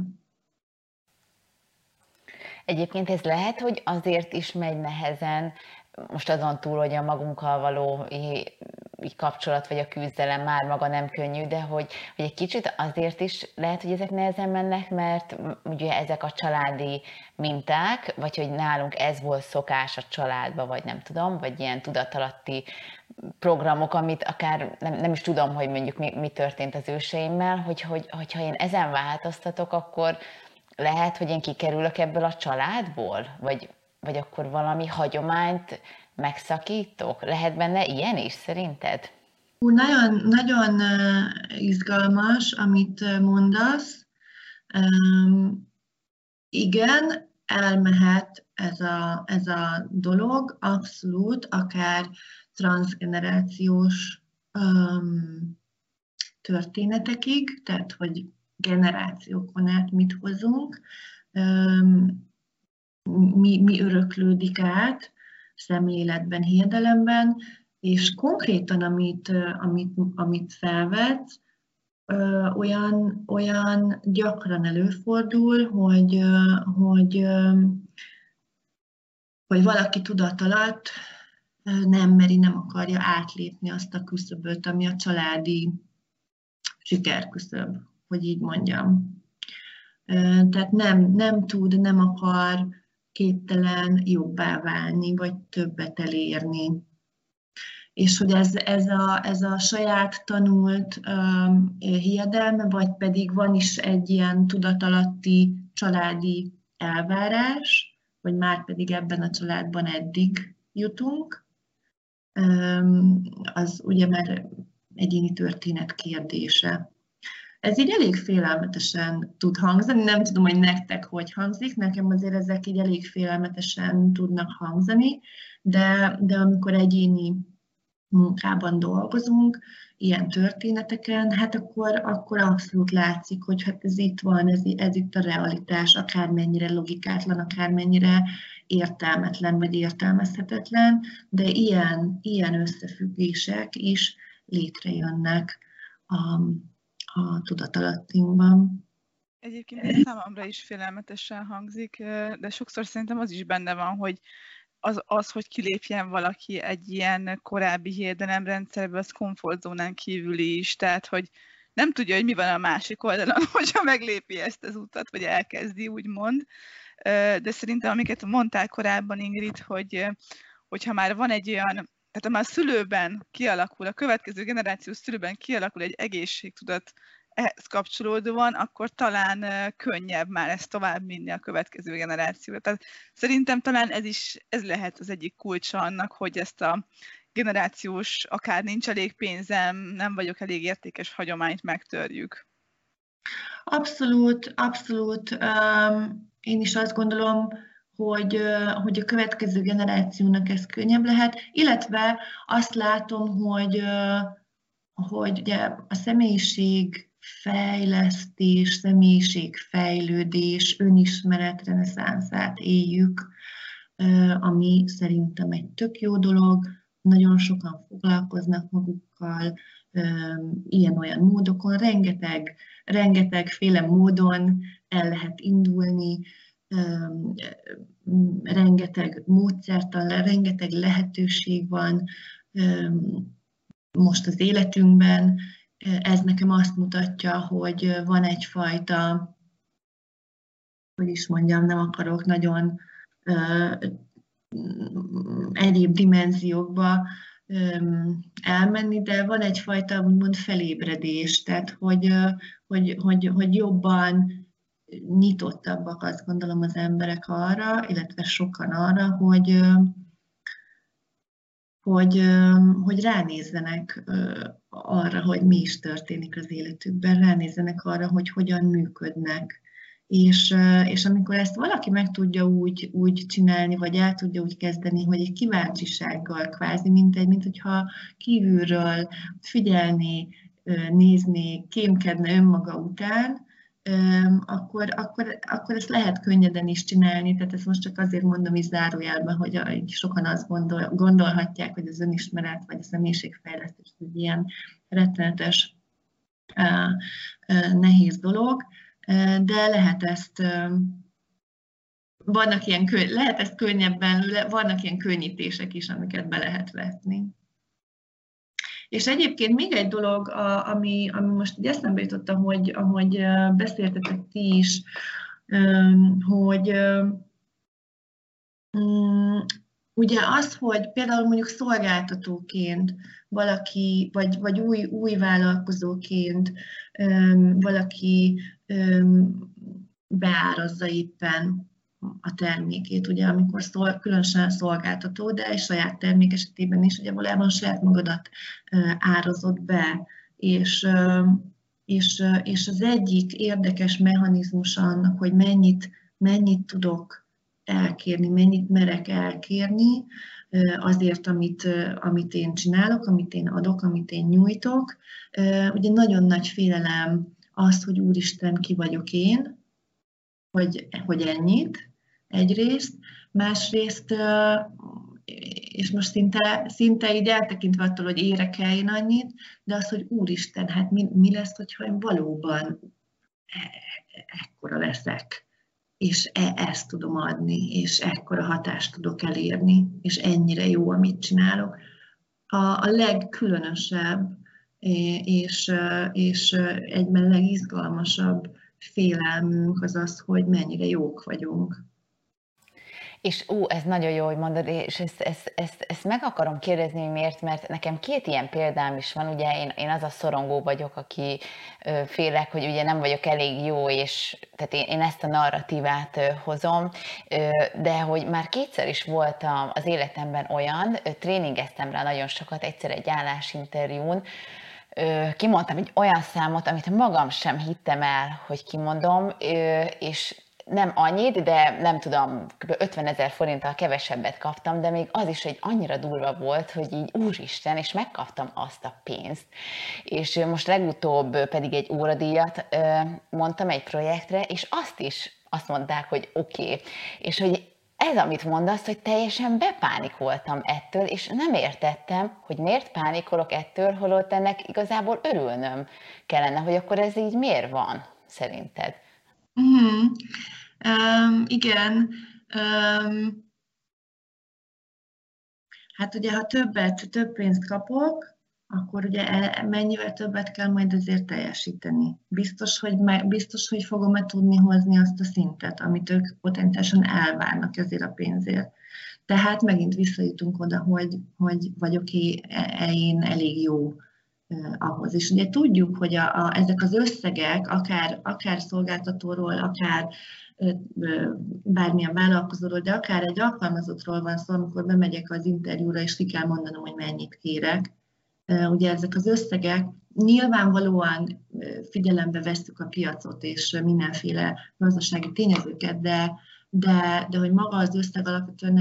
Egyébként ez lehet, hogy azért is megy nehezen, most azon túl, hogy a magunkkal való kapcsolat vagy a küzdelem már maga nem könnyű, de hogy egy kicsit azért is lehet, hogy ezek nehezen mennek, mert ugye ezek a családi minták, vagy hogy nálunk ez volt szokás a családban, vagy nem tudom, vagy ilyen tudatalatti programok, amit akár nem is tudom, hogy mondjuk mi történt az őseimmel, hogyha én ezen változtatok, akkor lehet, hogy én kikerülök ebből a családból, vagy akkor valami hagyományt megszakítok? Lehet benne ilyen is, szerinted? Nagyon, nagyon izgalmas, amit mondasz. Igen, elmehet ez a dolog, abszolút, akár transzgenerációs történetekig, tehát hogy generációkon át mit hozunk, mi öröklődik át szemléletben, hirdelemben, és konkrétan, amit felvetsz, olyan gyakran előfordul, hogy valaki tudatalatt nem akarja átlépni azt a küszöböt, ami a családi sikerküszöb, hogy így mondjam. Tehát nem tud, nem akar, képtelen jobbá válni, vagy többet elérni. És hogy ez a saját tanult hiedelme, vagy pedig van is egy ilyen tudatalatti családi elvárás, hogy már pedig ebben a családban eddig jutunk, az ugye már egyéni történet kérdése. Ez így elég félelmetesen tud hangzani, nem tudom, hogy nektek hogy hangzik, nekem azért ezek így elég félelmetesen tudnak hangzani, de amikor egyéni munkában dolgozunk, ilyen történeteken, hát akkor abszolút látszik, hogy hát ez itt van, ez itt a realitás, akármennyire logikátlan, akármennyire értelmetlen vagy értelmezhetetlen, de ilyen összefüggések is létrejönnek a tudatalattinkban. Egyébként ez számomra is félelmetesen hangzik, de sokszor szerintem az is benne van, hogy hogy kilépjen valaki egy ilyen korábbi hirdelemrendszerbe, az komfortzónán kívüli is, tehát hogy nem tudja, hogy mi van a másik oldalon, hogyha meglépi ezt az utat, vagy elkezdi, úgymond. De szerintem, amiket mondtál korábban, Ingrid, hogyha már van egy olyan, tehát már a szülőben kialakul, a következő generációs szülőben kialakul egy egészségtudat ehhez kapcsolódóan, akkor talán könnyebb már ezt továbbvinni a következő generációra. Tehát szerintem talán ez lehet az egyik kulcsa annak, hogy ezt a generációs, akár nincs elég pénzem, nem vagyok elég értékes hagyományt megtörjük. Abszolút, abszolút. Én is azt gondolom, hogy a következő generációnak ez könnyebb lehet, illetve azt látom, hogy ugye a személyiségfejlesztés, személyiségfejlődés, önismeret reneszánszát éljük, ami szerintem egy tök jó dolog. Nagyon sokan foglalkoznak magukkal, ilyen-olyan módokon, rengetegféle módon el lehet indulni, rengeteg módszertan, rengeteg lehetőség van most az életünkben. Ez nekem azt mutatja, hogy van egyfajta, hogy is mondjam, nem akarok nagyon egyéb dimenziókba elmenni, de van egyfajta úgymond felébredés, tehát hogy jobban nyitottabbak, azt gondolom, az emberek arra, illetve sokan arra, hogy ránézzenek arra, hogy mi is történik az életükben, ránézzenek arra, hogy hogyan működnek. És amikor ezt valaki meg tudja úgy csinálni, vagy el tudja úgy kezdeni, hogy egy kíváncsisággal kvázi, mint hogyha kívülről figyelni, nézni, kémkedne önmaga után, akkor ezt lehet könnyeden is csinálni, tehát ezt most csak azért mondom is zárójelben, hogy sokan azt gondolhatják, hogy az önismeret vagy a személyiségfejlesztés egy ilyen rettenetes, nehéz dolog, de lehet ezt könnyebben, vannak ilyen könnyítések is, amiket be lehet vetni. És egyébként még egy dolog, ami most így eszembe jutott, ahogy beszéltetek ti is, hogy ugye az, hogy például mondjuk szolgáltatóként valaki, vagy új vállalkozóként valaki beárazza éppen a termékét, ugye, amikor különösen szolgáltató, de egy saját termék esetében is, ugye valójában saját magadat árazod be, és az egyik érdekes mechanizmus annak, hogy mennyit tudok elkérni, mennyit merek elkérni azért, amit én csinálok, amit én adok, amit én nyújtok. Ugye nagyon nagy félelem az, hogy Úristen, ki vagyok én, hogy ennyit egyrészt, másrészt, és most szinte így eltekintve attól, hogy érek el én annyit, de az, hogy Úristen, hát mi lesz, hogyha én valóban ekkora leszek, és ezt tudom adni, és ekkora hatást tudok elérni, és ennyire jó, amit csinálok. A legkülönösebb és egyben legizgalmasabb félelmünk az az, hogy mennyire jók vagyunk. És ez nagyon jó, hogy mondod, és ezt meg akarom kérdezni, hogy miért, mert nekem 2 ilyen példám is van, ugye én az a szorongó vagyok, aki félek, hogy ugye nem vagyok elég jó, és tehát én ezt a narratívát hozom, de hogy már 2-szer is voltam az életemben olyan, tréningeztem rá nagyon sokat, egyszer egy állásinterjún, kimondtam egy olyan számot, amit magam sem hittem el, hogy kimondom, és nem annyit, de nem tudom, kb. 50 000 forinttal kevesebbet kaptam, de még az is egy annyira durva volt, hogy így úristen, és megkaptam azt a pénzt. És most legutóbb pedig egy óradíjat mondtam egy projektre, és azt mondták, hogy oké. És hogy ez, amit mondasz, hogy teljesen bepánikoltam ettől, és nem értettem, hogy miért pánikolok ettől, holott ennek igazából örülnöm kellene, hogy akkor ez így miért van, szerinted? Igen. Hát ugye, ha több pénzt kapok, akkor ugye mennyivel többet kell majd azért teljesíteni. Biztos, hogy fogom-e tudni hozni azt a szintet, amit ők potenciálisan elvárnak ezért a pénzért. Tehát megint visszajutunk oda, hogy vagyok-e én elég jó ahhoz. És ugye tudjuk, hogy ezek az összegek, akár szolgáltatóról, akár bármilyen vállalkozóról, de akár egy alkalmazottról van szó, amikor bemegyek az interjúra, és ki kell mondanom, hogy mennyit kérek. Ugye ezek az összegek nyilvánvalóan figyelembe vesszük a piacot és mindenféle gazdasági tényezőket, de hogy maga az összeg alapvetően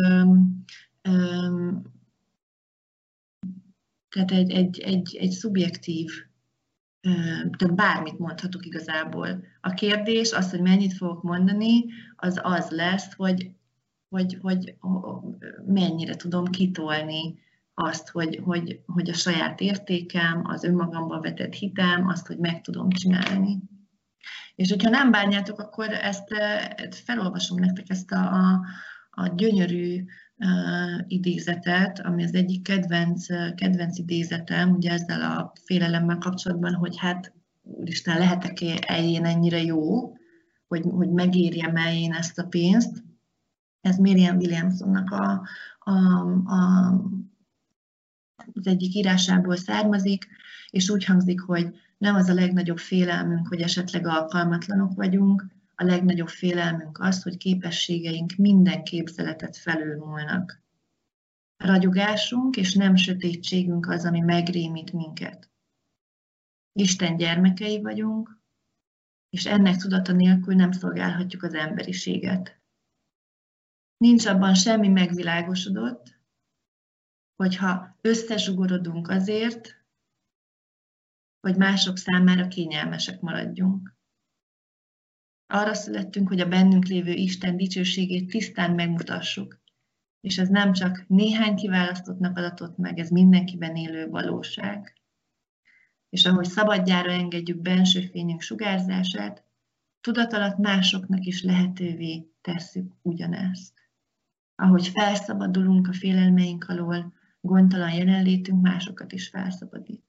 egy szubjektív, tehát bármit mondhatok igazából. A kérdés az, hogy mennyit fogok mondani, az lesz, hogy mennyire tudom kitolni azt, hogy a saját értékem, az önmagamba vetett hitem, azt, hogy meg tudom csinálni. És hogyha nem bánjátok, akkor ezt felolvasom nektek, ezt a gyönyörű idézetet, ami az egyik kedvenc idézetem, ugye ezzel a félelemmel kapcsolatban, hogy hát úristen, lehetek-e én ennyire jó, hogy megérjem-e én ezt a pénzt. Ez Marianne Williamsonnak az egyik írásából származik, és úgy hangzik, hogy nem az a legnagyobb félelmünk, hogy esetleg alkalmatlanok vagyunk, a legnagyobb félelmünk az, hogy képességeink minden képzeletet felülmúlnak. Ragyogásunk és nem sötétségünk az, ami megrémít minket. Isten gyermekei vagyunk, és ennek tudata nélkül nem szolgálhatjuk az emberiséget. Nincs abban semmi megvilágosodott, hogyha összezsugorodunk azért, hogy mások számára kényelmesek maradjunk. Arra születtünk, hogy a bennünk lévő Isten dicsőségét tisztán megmutassuk, és ez nem csak néhány kiválasztottnak adatott meg, ez mindenkiben élő valóság. És ahogy szabadjára engedjük benső fényünk sugárzását, tudatalatt másoknak is lehetővé tesszük ugyanezt. Ahogy felszabadulunk a félelmeink alól, gondtalan jelenlétünk másokat is felszabadít.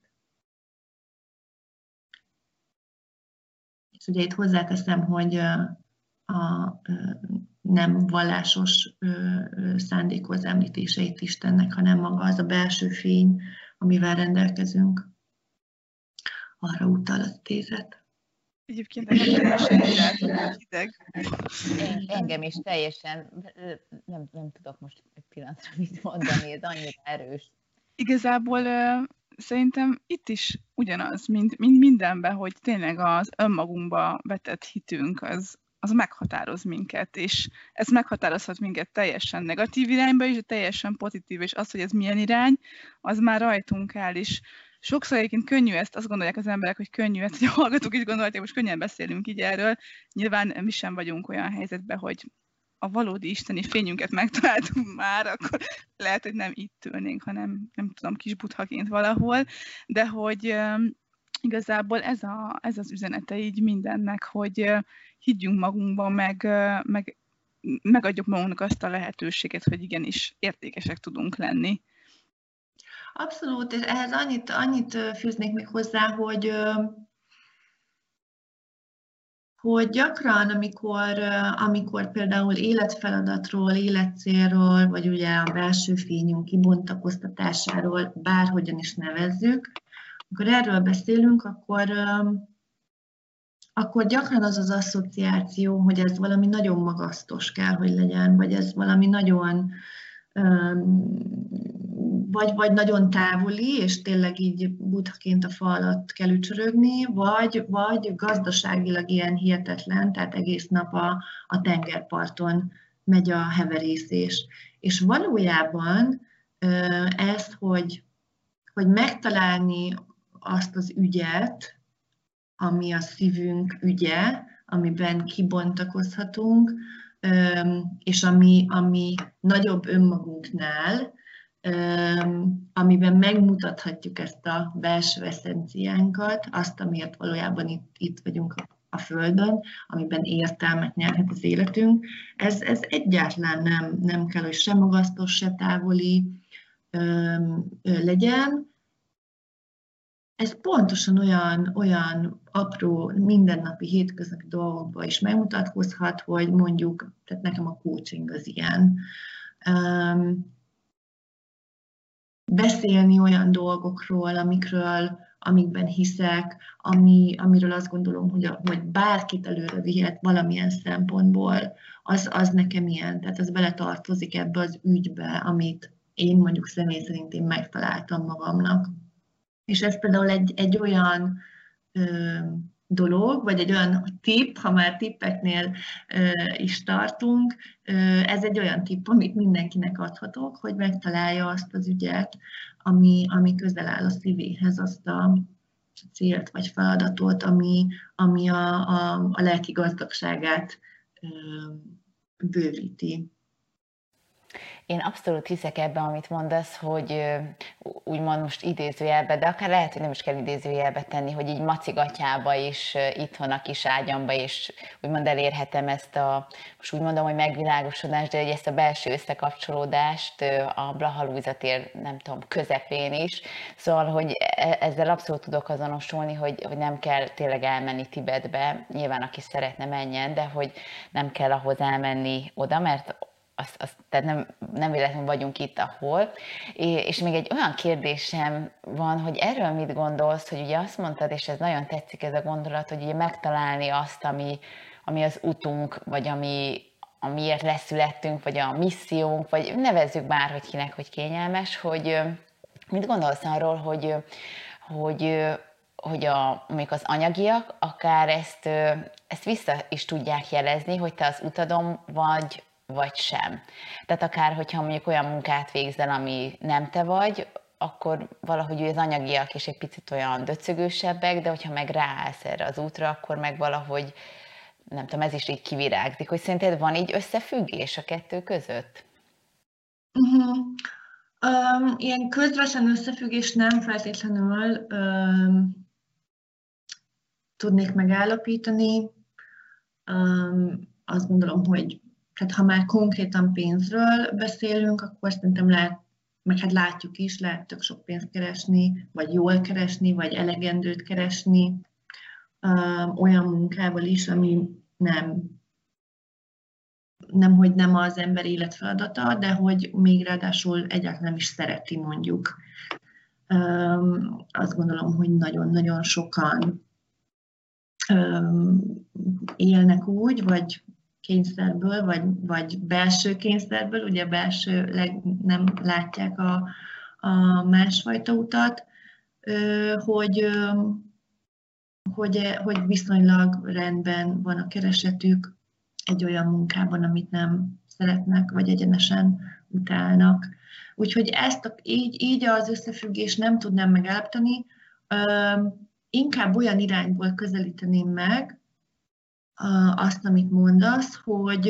És ugye itt hozzáteszem, hogy a nem vallásos szándékú az említéseit Istennek, hanem maga az a belső fény, amivel rendelkezünk. Arra utal az idézet. Egyébként teljesen hideg. Engem is teljesen, nem tudok most egy pillanatra mit mondani, ez annyira erős. Igazából szerintem itt is ugyanaz, mint mindenben, hogy tényleg az önmagunkba vetett hitünk, az meghatároz minket, és ez meghatározhat minket teljesen negatív irányba is, de teljesen pozitív, és az, hogy ez milyen irány, az már rajtunk áll is. Sokszor egyébként könnyű ezt, azt gondolják az emberek, hogy könnyű ezt, hogy a hallgatók is gondolják, most könnyen beszélünk így erről. Nyilván mi sem vagyunk olyan helyzetben, hogy a valódi isteni fényünket megtaláltunk már, akkor lehet, hogy nem itt ülnénk, hanem nem tudom, kis buthaként valahol, de hogy igazából ez az üzenete így mindennek, hogy higgyünk magunkban, meg megadjuk magunknak azt a lehetőséget, hogy igenis értékesek tudunk lenni. Abszolút, és ehhez annyit fűznék még hozzá, hogy gyakran, amikor például életfeladatról, életcélról, vagy ugye a belső fényünk kibontakoztatásáról, bárhogyan is nevezzük, amikor erről beszélünk, akkor gyakran az az asszociáció, hogy ez valami nagyon magasztos kell, hogy legyen, vagy ez valami nagyon, vagy nagyon távoli, és tényleg így buddhaként a fal alatt kell ücsörögni, vagy gazdaságilag ilyen hihetetlen, tehát egész nap a tengerparton megy a heverészés. És valójában ezt, hogy megtalálni azt az ügyet, ami a szívünk ügye, amiben kibontakozhatunk, és ami nagyobb önmagunknál, amiben megmutathatjuk ezt a belső eszenciánkat, azt, amiért valójában itt vagyunk a Földön, amiben értelmet nyerhet az életünk. Ez egyáltalán nem kell, hogy se magasztos, se távoli legyen. Ez pontosan olyan apró, mindennapi, hétköznapi dolgokban is megmutatkozhat, hogy mondjuk, tehát nekem a coaching az ilyen. Beszélni olyan dolgokról, amikben hiszek, amiről azt gondolom, hogy bárkit előre vihet valamilyen szempontból, az nekem ilyen, tehát az beletartozik ebbe az ügybe, amit én mondjuk személy szerint én megtaláltam magamnak. És ez például egy olyan dolog, vagy egy olyan tipp, ha már tippeknél is tartunk, ez egy olyan tipp, amit mindenkinek adhatok, hogy megtalálja azt az ügyet, ami közel áll a szívéhez, azt a célt vagy feladatot, ami a lelki gazdagságát bővíti. Én abszolút hiszek ebben, amit mondasz, hogy úgymond most idézőjelbe, de akár lehet, hogy nem is kell idézőjelbe tenni, hogy így macigatyába is, itthon a kis ágyamba is úgymond elérhetem ezt a, most úgy mondom, hogy megvilágosodást, de hogy ezt a belső összekapcsolódást a Blaha Lujza tér, nem tudom, közepén is. Szóval, hogy ezzel abszolút tudok azonosulni, hogy nem kell tényleg elmenni Tibetbe, nyilván aki szeretne menjen, de hogy nem kell ahhoz elmenni oda, mert tehát nem véletlenül vagyunk itt, ahol. És még egy olyan kérdésem van, hogy erről mit gondolsz, hogy ugye azt mondtad, és ez nagyon tetszik ez a gondolat, hogy ugye megtalálni azt, ami az utunk, vagy amiért leszülettünk, vagy a missziónk, vagy nevezzük bárhogy kinek, hogy kényelmes, hogy mit gondolsz arról, hogy mondjuk az anyagiak akár ezt vissza is tudják jelezni, hogy te az utadon vagy sem. Tehát akár, hogyha mondjuk olyan munkát végzel, ami nem te vagy, akkor valahogy az anyagiak is egy picit olyan döcögősebbek, de hogyha meg ráállsz erre az útra, akkor meg valahogy, nem tudom, ez is így kivirágzik, hogy szerinted van így összefüggés a kettő között? Ilyen közvetlen összefüggés nem feltétlenül tudnék megállapítani. Azt gondolom, hogy tehát ha már konkrétan pénzről beszélünk, akkor szerintem meg hát látjuk is, lehet tök sok pénzt keresni, vagy jól keresni, vagy elegendőt keresni olyan munkával is, ami hogy nem az ember életfeladata, de hogy még ráadásul egyáltalán nem is szereti, mondjuk. Azt gondolom, hogy nagyon-nagyon sokan élnek úgy, vagy kényszerből, vagy belső kényszerből, ugye belsőleg nem látják a másfajta utat, hogy viszonylag rendben van a keresetük egy olyan munkában, amit nem szeretnek, vagy egyenesen utálnak. Úgyhogy így az összefüggést nem tudnám megállapítani, inkább olyan irányból közelíteném meg azt, amit mondasz, hogy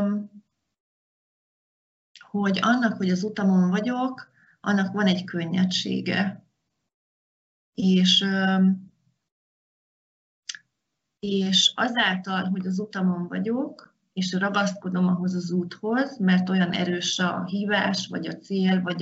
annak, hogy az utamon vagyok, annak van egy könnyedsége. És azáltal, hogy az utamon vagyok, és ragaszkodom ahhoz az úthoz, mert olyan erős a hívás, vagy a cél, vagy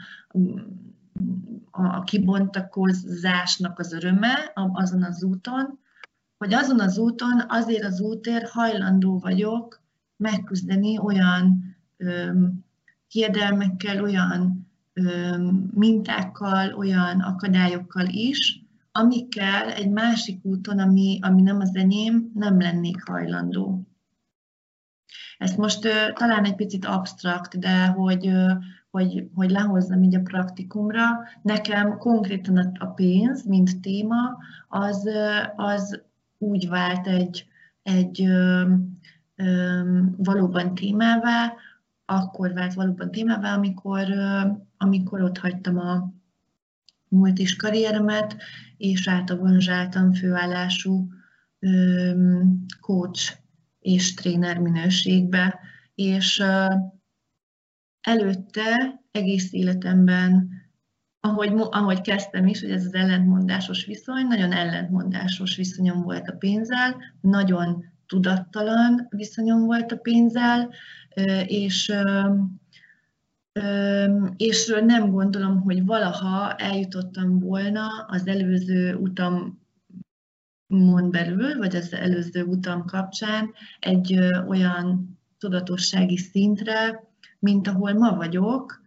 a kibontakozásnak az öröme azon az úton, hogy azon az úton azért az útért hajlandó vagyok megküzdeni olyan hiedelmekkel, olyan mintákkal, olyan akadályokkal is, amikkel egy másik úton, ami nem az enyém, nem lennék hajlandó. Ezt most talán egy picit absztrakt, de hogy lehozzam így a praktikumra, nekem konkrétan a pénz, mint téma, az úgy vált egy valóban témává, akkor vált valóban témává, amikor ott hagytam a multis karrieremet, és átavanzsáltam főállású coach és tréner minőségbe. És előtte egész életemben, ahogy kezdtem is, hogy ez az ellentmondásos viszony, nagyon ellentmondásos viszonyom volt a pénzzel, nagyon tudattalan viszonyom volt a pénzzel, és nem gondolom, hogy valaha eljutottam volna az előző utamon belül, vagy az előző utam kapcsán egy olyan tudatossági szintre, mint ahol ma vagyok,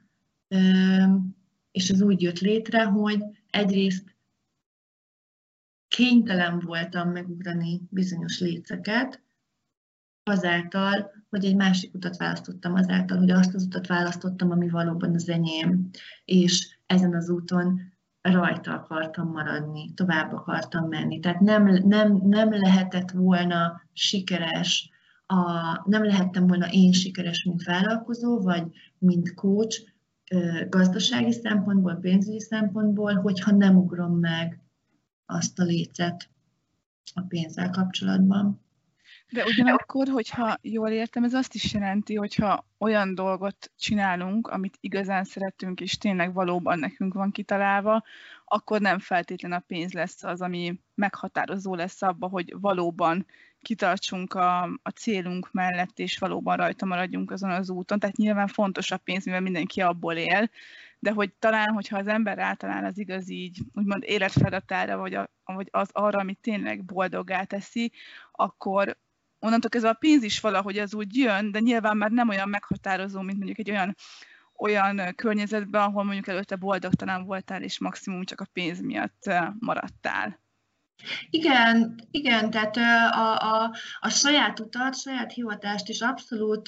és ez úgy jött létre, hogy egyrészt kénytelen voltam megugrani bizonyos léceket, azáltal, hogy egy másik utat választottam, azáltal, hogy azt az utat választottam, ami valóban az enyém, és ezen az úton rajta akartam maradni, tovább akartam menni. Tehát nem lehetett volna sikeres, nem lehettem volna én sikeres, mint vállalkozó, vagy mint coach, gazdasági szempontból, pénzügyi szempontból, hogyha nem ugrom meg azt a lécet a pénzzel kapcsolatban. De ugyanakkor, hogyha jól értem, ez azt is jelenti, hogyha olyan dolgot csinálunk, amit igazán szeretünk, és tényleg valóban nekünk van kitalálva, akkor nem feltétlen a pénz lesz az, ami meghatározó lesz abba, hogy valóban kitartsunk a célunk mellett, és valóban rajta maradjunk azon az úton. Tehát nyilván fontos a pénz, mivel mindenki abból él, de hogy talán, hogyha az ember rátalál az igazi így, úgymond életfeladatára, vagy az arra, amit tényleg boldoggá teszi, akkor onnantól kezdve a pénz is valahogy az úgy jön, de nyilván már nem olyan meghatározó, mint mondjuk egy olyan környezetben, ahol mondjuk előtte boldogtalan voltál, és maximum csak a pénz miatt maradtál. Igen, tehát a saját utat, saját hivatást is abszolút,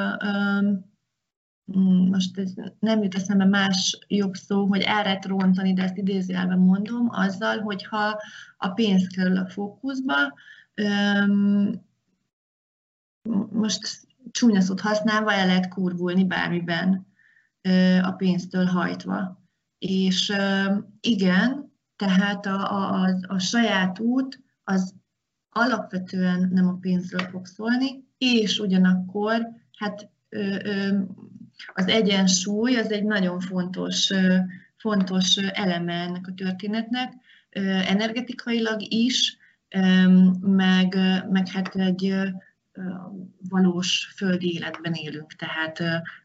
most ez nem jut eszembe más jobb szó, hogy el lehet rontani, de ezt idézőjelben mondom, azzal, hogyha a pénz kerül a fókuszba, most csúnya szót használva el lehet kurvulni bármiben a pénztől hajtva. És igen, tehát a saját út az alapvetően nem a pénzről fog szólni, és ugyanakkor hát az egyensúly az egy nagyon fontos eleme ennek a történetnek, energetikailag is, meg hát egy valós földi életben élünk, tehát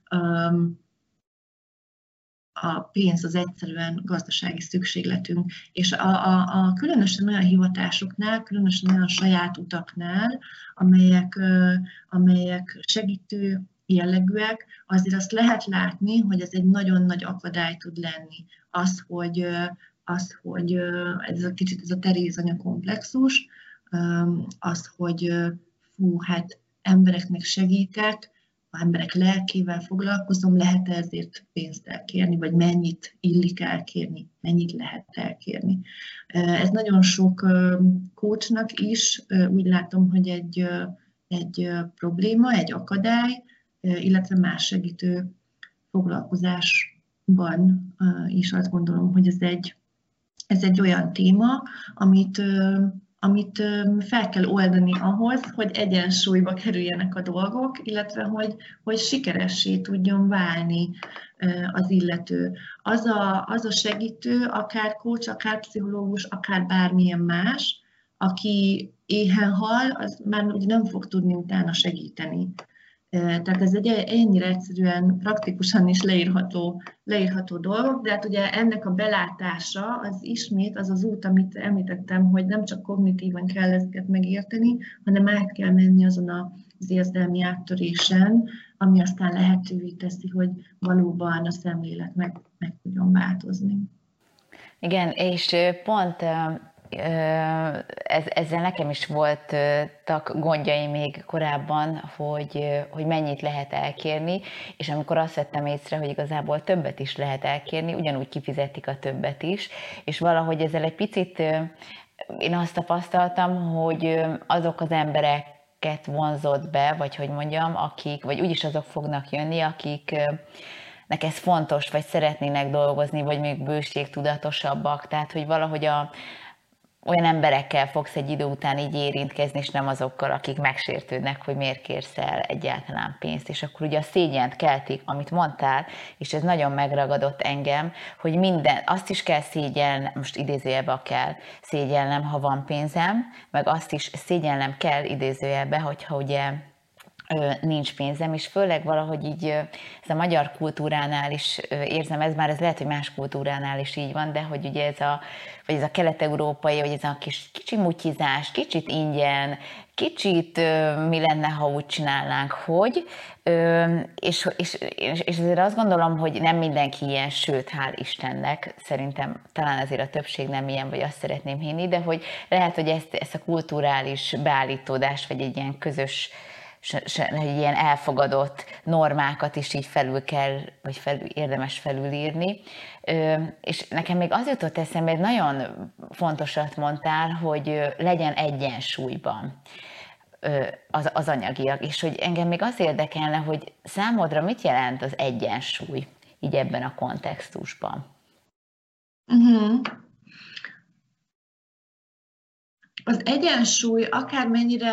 a pénz az egyszerűen gazdasági szükségletünk, és a különösen olyan hivatásoknál, különösen olyan saját utaknál, amelyek segítő jellegűek, azért azt lehet látni, hogy ez egy nagyon nagy akadály tud lenni. Hogy ez a kicsit ez a Terézanya komplexus, hogy hát embereknek segítek, ha emberek lelkével foglalkozom, lehet ezért pénzt elkérni, vagy mennyit illik elkérni, mennyit lehet elkérni. Ez nagyon sok coachnak is úgy látom, hogy egy probléma, egy akadály, illetve más segítő foglalkozásban is azt gondolom, hogy ez egy olyan téma, amit fel kell oldani ahhoz, hogy egyensúlyba kerüljenek a dolgok, illetve hogy sikeressé tudjon válni az illető. Az a segítő, akár coach, akár pszichológus, akár bármilyen más, aki éhen hal, az már ugye nem fog tudni utána segíteni. Tehát ez egy ennyire egyszerűen, praktikusan is leírható dolog, de hát ugye ennek a belátása az ismét az az út, amit említettem, hogy nem csak kognitívan kell ezeket megérteni, hanem át kell menni azon az érzelmi áttörésen, ami aztán lehetővé teszi, hogy valóban a szemlélet meg tudjon változni. Igen, és pont ezzel nekem is voltak gondjai még korábban, hogy mennyit lehet elkérni, és amikor azt vettem észre, hogy igazából többet is lehet elkérni, ugyanúgy kifizetik a többet is, és valahogy ezzel egy picit én azt tapasztaltam, hogy azok az embereket vonzott be, vagy hogy mondjam, vagy úgyis azok fognak jönni, akiknek ez fontos, vagy szeretnének dolgozni, vagy még bőségtudatosabbak, tehát hogy valahogy olyan emberekkel fogsz egy idő után így érintkezni, és nem azokkal, akik megsértődnek, hogy miért kérsz el egyáltalán pénzt. És akkor ugye a szégyent keltik, amit mondtál, és ez nagyon megragadott engem, hogy azt is kell szégyelnem, most idézőjelbe kell szégyelnem, ha van pénzem, meg azt is szégyelnem kell idézőjelbe, hogyha ugye nincs pénzem, és főleg valahogy így ez a magyar kultúránál is érzem, ez lehet, hogy más kultúránál is így van, de hogy ugye ez a kelet-európai, vagy ez a kicsi mutyizás, kicsit ingyen, kicsit mi lenne, ha úgy csinálnánk, és azért azt gondolom, hogy nem mindenki ilyen, sőt, hál' Istennek, szerintem talán azért a többség nem ilyen, vagy azt szeretném hinni, de hogy lehet, hogy ezt a kulturális beállítódást, vagy egy ilyen közös, egy ilyen elfogadott normákat is így felül kell, vagy érdemes felülírni. És nekem még az jutott eszembe, hogy nagyon fontosat mondtál, hogy legyen egyensúlyban az anyagiak, és hogy engem még az érdekelne, hogy számodra mit jelent az egyensúly így ebben a kontextusban? Az egyensúly akármennyire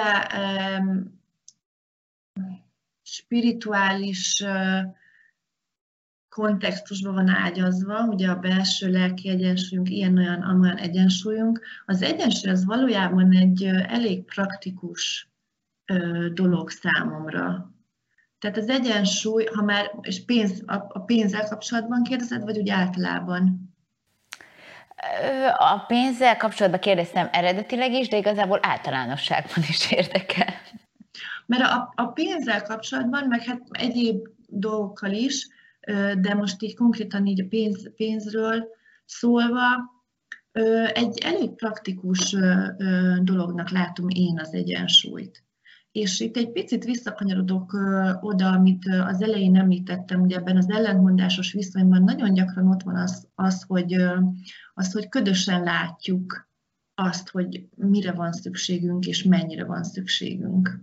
spirituális kontextusban van ágyazva, ugye a belső lelki egyensúlyunk, ilyen-olyan, amolyan egyensúlyunk. Az egyensúly az valójában egy elég praktikus dolog számomra. Tehát az egyensúly, ha már, és a pénzzel kapcsolatban kérdezed, vagy úgy általában? A pénzzel kapcsolatban kérdeztem eredetileg is, de igazából általánosságban is érdekel. Mert a pénzzel kapcsolatban, meg hát egyéb dolgokkal is, de most így konkrétan így a pénzről szólva, egy elég praktikus dolognak látom én az egyensúlyt. És itt egy picit visszakanyarodok oda, amit az elején említettem, ugye ebben az ellentmondásos viszonyban nagyon gyakran ott van az, hogy ködösen látjuk azt, hogy mire van szükségünk, és mennyire van szükségünk.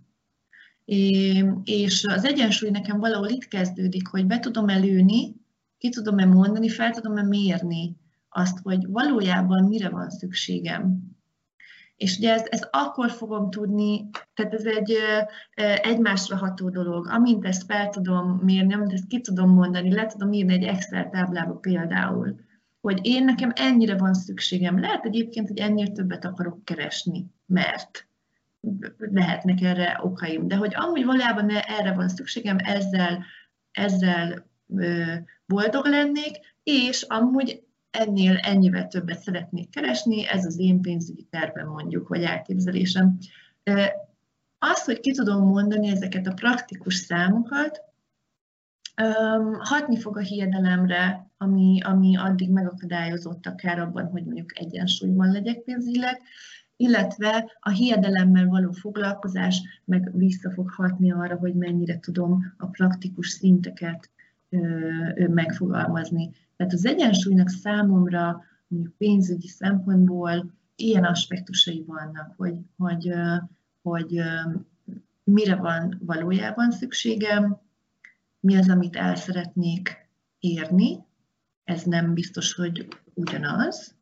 És az egyensúly nekem valahol itt kezdődik, hogy be tudom-e lőni, ki tudom-e mondani, fel tudom-e mérni azt, hogy valójában mire van szükségem. És ugye ezt akkor fogom tudni, tehát ez egy egymásra ható dolog. Amint ezt fel tudom mérni, amint ezt ki tudom mondani, le tudom írni egy Excel táblába például, hogy én nekem ennyire van szükségem. Lehet egyébként, hogy ennél többet akarok keresni, mert lehetnek erre okaim, de hogy amúgy valójában erre van szükségem, ezzel boldog lennék, és amúgy ennél ennyivel többet szeretnék keresni, ez az én pénzügyi tervem mondjuk, vagy elképzelésem. Az, hogy ki tudom mondani ezeket a praktikus számokat, hatni fog a hiedelemre, ami addig megakadályozott akár abban, hogy mondjuk egyensúlyban legyek pénzügyileg, illetve a hiedelemmel való foglalkozás meg vissza fog hatni arra, hogy mennyire tudom a praktikus szinteket megfogalmazni. Tehát az egyensúlynak számomra mondjuk pénzügyi szempontból ilyen aspektusai vannak, hogy mire van valójában szükségem, mi az, amit el szeretnék érni, ez nem biztos, hogy ugyanaz,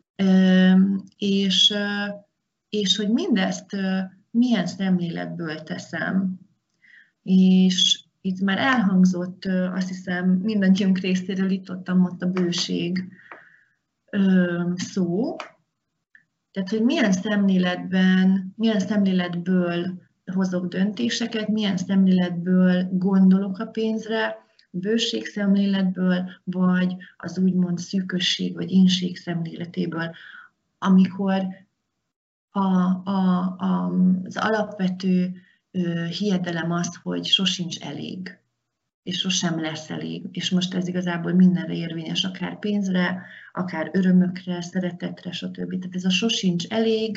és hogy mindezt milyen szemléletből teszem. És itt már elhangzott, azt hiszem, mindannyiunk részéről itt-ott a bőség szó. Tehát, hogy milyen szemléletből hozok döntéseket, milyen szemléletből gondolok a pénzre, bőség szemléletből, vagy az úgymond szűkösség vagy ínség szemléletéből, amikor az alapvető hiedelem az, hogy sosincs elég, és sosem lesz elég. És most ez igazából mindenre érvényes, akár pénzre, akár örömökre, szeretetre, stb. Tehát ez a sosincs elég,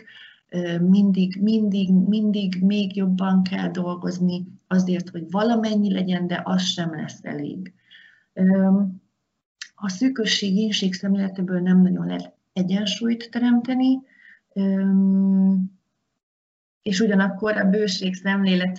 mindig még jobban kell dolgozni azért, hogy valamennyi legyen, de az sem lesz elég. A szűkösség, ínség szemléletéből nem nagyon lehet egyensúlyt teremteni, és ugyanakkor a bőség szemléletű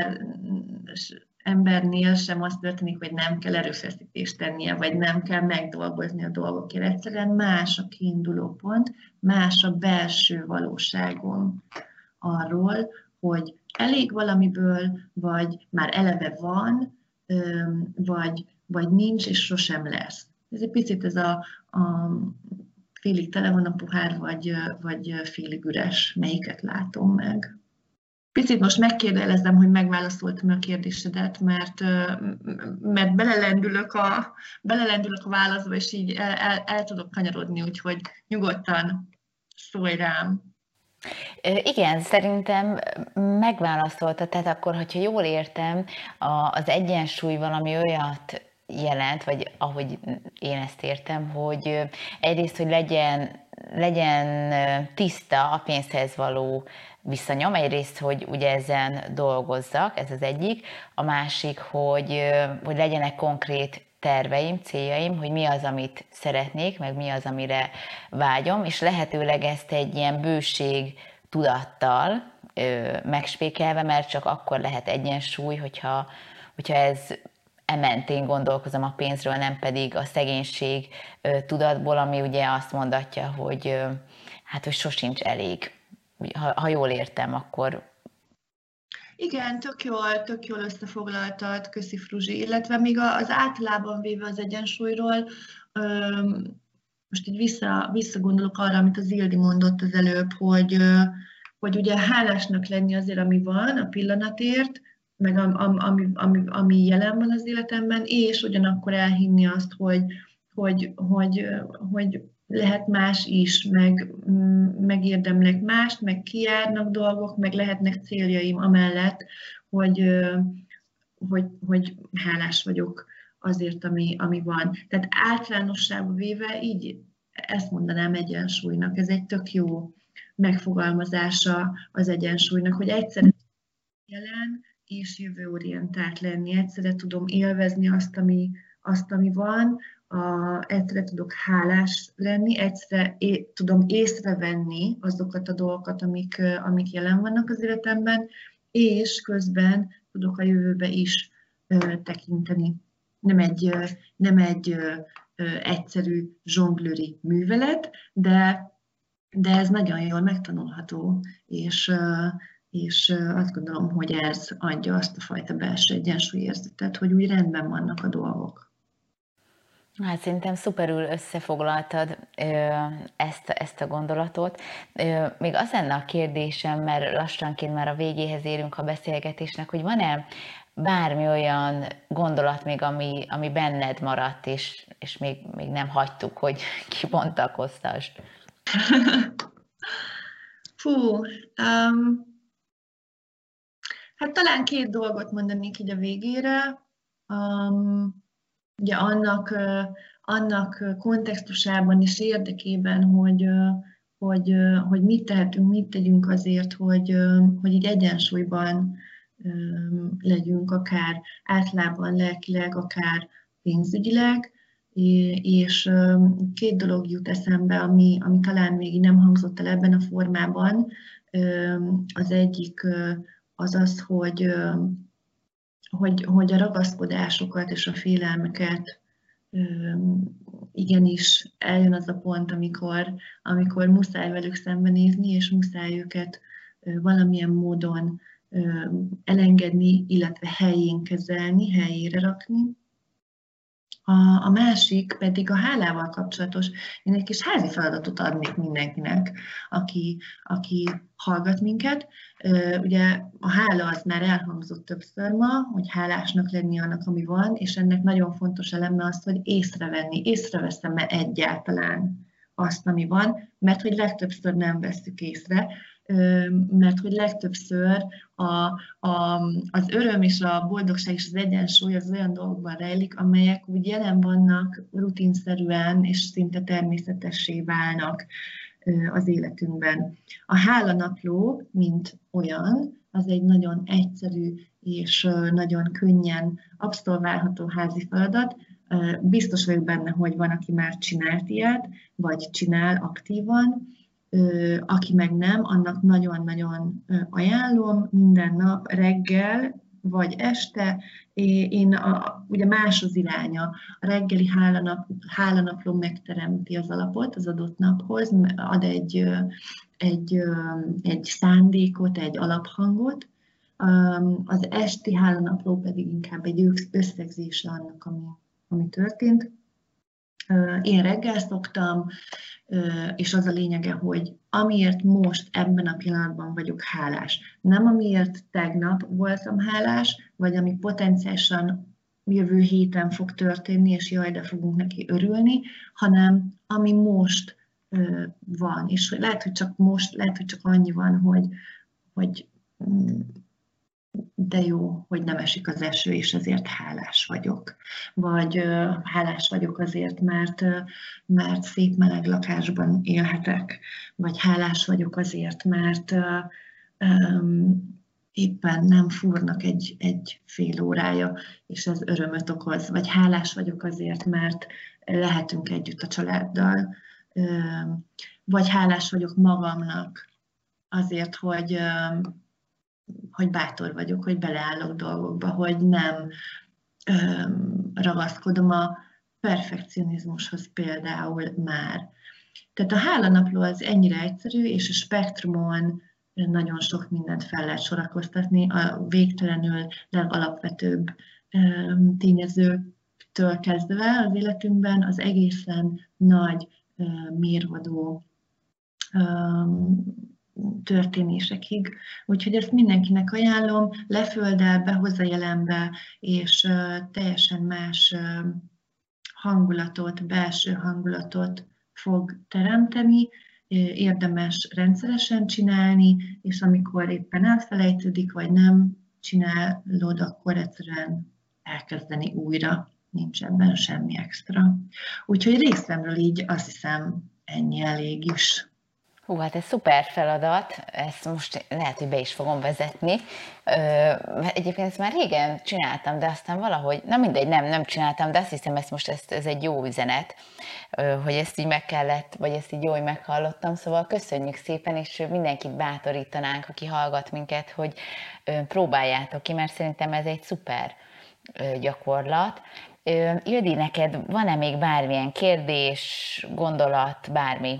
embernél sem az történik, hogy nem kell erőfeszítést tennie, vagy nem kell megdolgozni a dolgokért. Egyszerűen más a kiinduló pont, más a belső valóságom arról, hogy elég valamiből, vagy már eleve van, vagy nincs, és sosem lesz. Ez egy picit ez a félig tele van a pohár, vagy félig üres, melyiket látom meg. Picit most megkérdelezem, hogy megválaszoltam a kérdésedet, mert belelendülök a válaszba, és így el tudok kanyarodni, úgyhogy nyugodtan szólj rám. Igen, szerintem megválaszolta, tehát akkor, hogyha jól értem, az egyensúly valami olyat jelent, vagy ahogy én ezt értem, hogy egyrészt, hogy legyen tiszta a pénzhez való viszonyom, egyrészt, hogy ugye ezen dolgozzak, ez az egyik, a másik, hogy legyenek konkrét terveim, céljaim, hogy mi az, amit szeretnék, meg mi az, amire vágyom, és lehetőleg ezt egy ilyen bőség tudattal megspékelve, mert csak akkor lehet egyensúly, hogyha ez mentén gondolkozom a pénzről, nem pedig a szegénység tudatból, ami ugye azt mondatja, hogy hogy sosincs elég. ha jól értem, akkor... Igen, tök jól összefoglaltad, köszi Fruzsi, illetve még az általában véve az egyensúlyról, most így visszagondolok arra, amit az Ildi mondott az előbb, hogy ugye hálásnak lenni azért, ami van, a pillanatért, meg ami jelen van az életemben, és ugyanakkor elhinni azt, hogy lehet más is, megérdemlek mást, meg kijárnak dolgok, meg lehetnek céljaim amellett, hogy hálás vagyok azért, ami van. Tehát általánosságban véve így ezt mondanám egyensúlynak. Ez egy tök jó megfogalmazása az egyensúlynak, hogy egyszerre jelen és jövőorientált lenni. Egyszerre tudom élvezni azt, ami van, egyszerre tudok hálás lenni, egyszerre tudom észrevenni azokat a dolgokat, amik jelen vannak az életemben, és közben tudok a jövőbe is tekinteni. Nem egy egyszerű zsonglőri művelet, de ez nagyon jól megtanulható, és azt gondolom, hogy ez adja azt a fajta belső egyensúlyérzetet, hogy úgy rendben vannak a dolgok. Hát szerintem szuperül összefoglaltad ezt a gondolatot. Még az lenne a kérdésem, mert lassanként már a végéhez érünk a beszélgetésnek, hogy van-e bármi olyan gondolat még, ami benned maradt, és még nem hagytuk, hogy kibontakoztasd? Hát talán 2 dolgot mondanék így a végére. Ugye annak kontextusában és érdekében, hogy mit tehetünk, mit tegyünk azért, hogy így egyensúlyban legyünk, akár általában lelkileg, akár pénzügyileg, és 2 dolog jut eszembe, ami talán még nem hangzott el ebben a formában. Az egyik az, hogy a ragaszkodásokat és a félelmeket igenis eljön az a pont, amikor muszáj velük szembenézni, és muszáj őket valamilyen módon elengedni, illetve helyén kezelni, helyére rakni. A másik pedig a hálával kapcsolatos. Én egy kis házi feladatot adnék mindenkinek, aki hallgat minket. Ugye a hála az már elhangzott többször ma, hogy hálásnak lenni annak, ami van, és ennek nagyon fontos eleme az, hogy észreveszem-e egyáltalán azt, ami van, mert hogy legtöbbször nem vesszük észre, mert hogy legtöbbször az öröm és a boldogság és az egyensúly az olyan dolgokban rejlik, amelyek úgy jelen vannak rutinszerűen és szinte természetessé válnak az életünkben. A hálanapló, mint olyan, az egy nagyon egyszerű és nagyon könnyen abszolválható házi feladat. Biztos vagyok benne, hogy van, aki már csinált ilyet, vagy csinál aktívan. Aki meg nem, annak nagyon-nagyon ajánlom minden nap reggel vagy este. Ugye más az iránya. A reggeli hálanapló megteremti az alapot az adott naphoz, ad egy szándékot, egy alaphangot. Az esti hálanapló pedig inkább egy összegzése annak, ami történt. Én reggel szoktam, és az a lényege, hogy amiért most ebben a pillanatban vagyok hálás. Nem amiért tegnap voltam hálás, vagy ami potenciálisan jövő héten fog történni, és jaj, de fogunk neki örülni, hanem ami most van. És lehet, hogy csak most, lehet, hogy csak annyi van, hogy de jó, hogy nem esik az eső, és ezért hálás vagyok. Vagy hálás vagyok azért, mert szép meleg lakásban élhetek. Vagy hálás vagyok azért, mert éppen nem fúrnak egy fél órája, és ez örömöt okoz. Vagy hálás vagyok azért, mert lehetünk együtt a családdal. Vagy hálás vagyok magamnak azért, hogy bátor vagyok, hogy beleállok dolgokba, hogy nem ragaszkodom a perfekcionizmushoz például már. Tehát a hálanapló az ennyire egyszerű, és a spektrumon nagyon sok mindent fel lehet sorakoztatni, a végtelenül legalapvetőbb tényezőktől kezdve az életünkben az egészen nagy mérvadó történésekig. Úgyhogy ezt mindenkinek ajánlom, lefölddel, behozza jelenbe, és teljesen más hangulatot, belső hangulatot fog teremteni, érdemes rendszeresen csinálni, és amikor éppen elfelejtődik, vagy nem csinálod, akkor egyszerűen elkezdeni újra. Nincs ebben semmi extra. Úgyhogy részemről így azt hiszem ennyi elég is. Hú, hát ez szuper feladat, ezt most lehet, hogy be is fogom vezetni. Egyébként ezt már régen csináltam, de aztán valahogy, na mindegy, nem csináltam, de azt hiszem, ez egy jó üzenet, hogy ezt így meg kellett, vagy ezt így jól meghallottam, szóval köszönjük szépen, és mindenkit bátorítanánk, aki hallgat minket, hogy próbáljátok ki, mert szerintem ez egy szuper gyakorlat. Ildi, neked van-e még bármilyen kérdés, gondolat, bármi?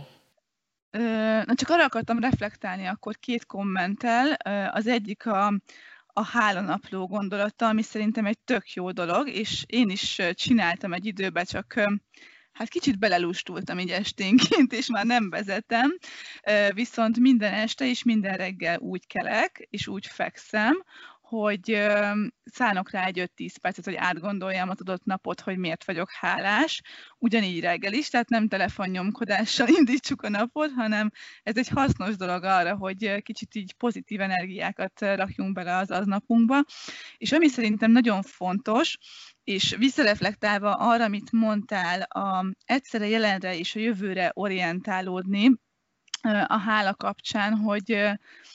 Csak arra akartam reflektálni akkor 2 kommenttel. Az egyik a hálanapló gondolata, ami szerintem egy tök jó dolog, és én is csináltam egy időben, csak hát kicsit belelustultam így esténként, és már nem vezetem, viszont minden este és minden reggel úgy kelek, és úgy fekszem, hogy szánok rá egy 5-10 percet, hogy átgondoljam az adott napot, hogy miért vagyok hálás. Ugyanígy reggel is, tehát nem telefonnyomkodással indítsuk a napot, hanem ez egy hasznos dolog arra, hogy kicsit így pozitív energiákat rakjunk bele az napunkba. És ami szerintem nagyon fontos, és visszareflektálva arra, amit mondtál, egyszerre jelenre és a jövőre orientálódni a hála kapcsán, hogy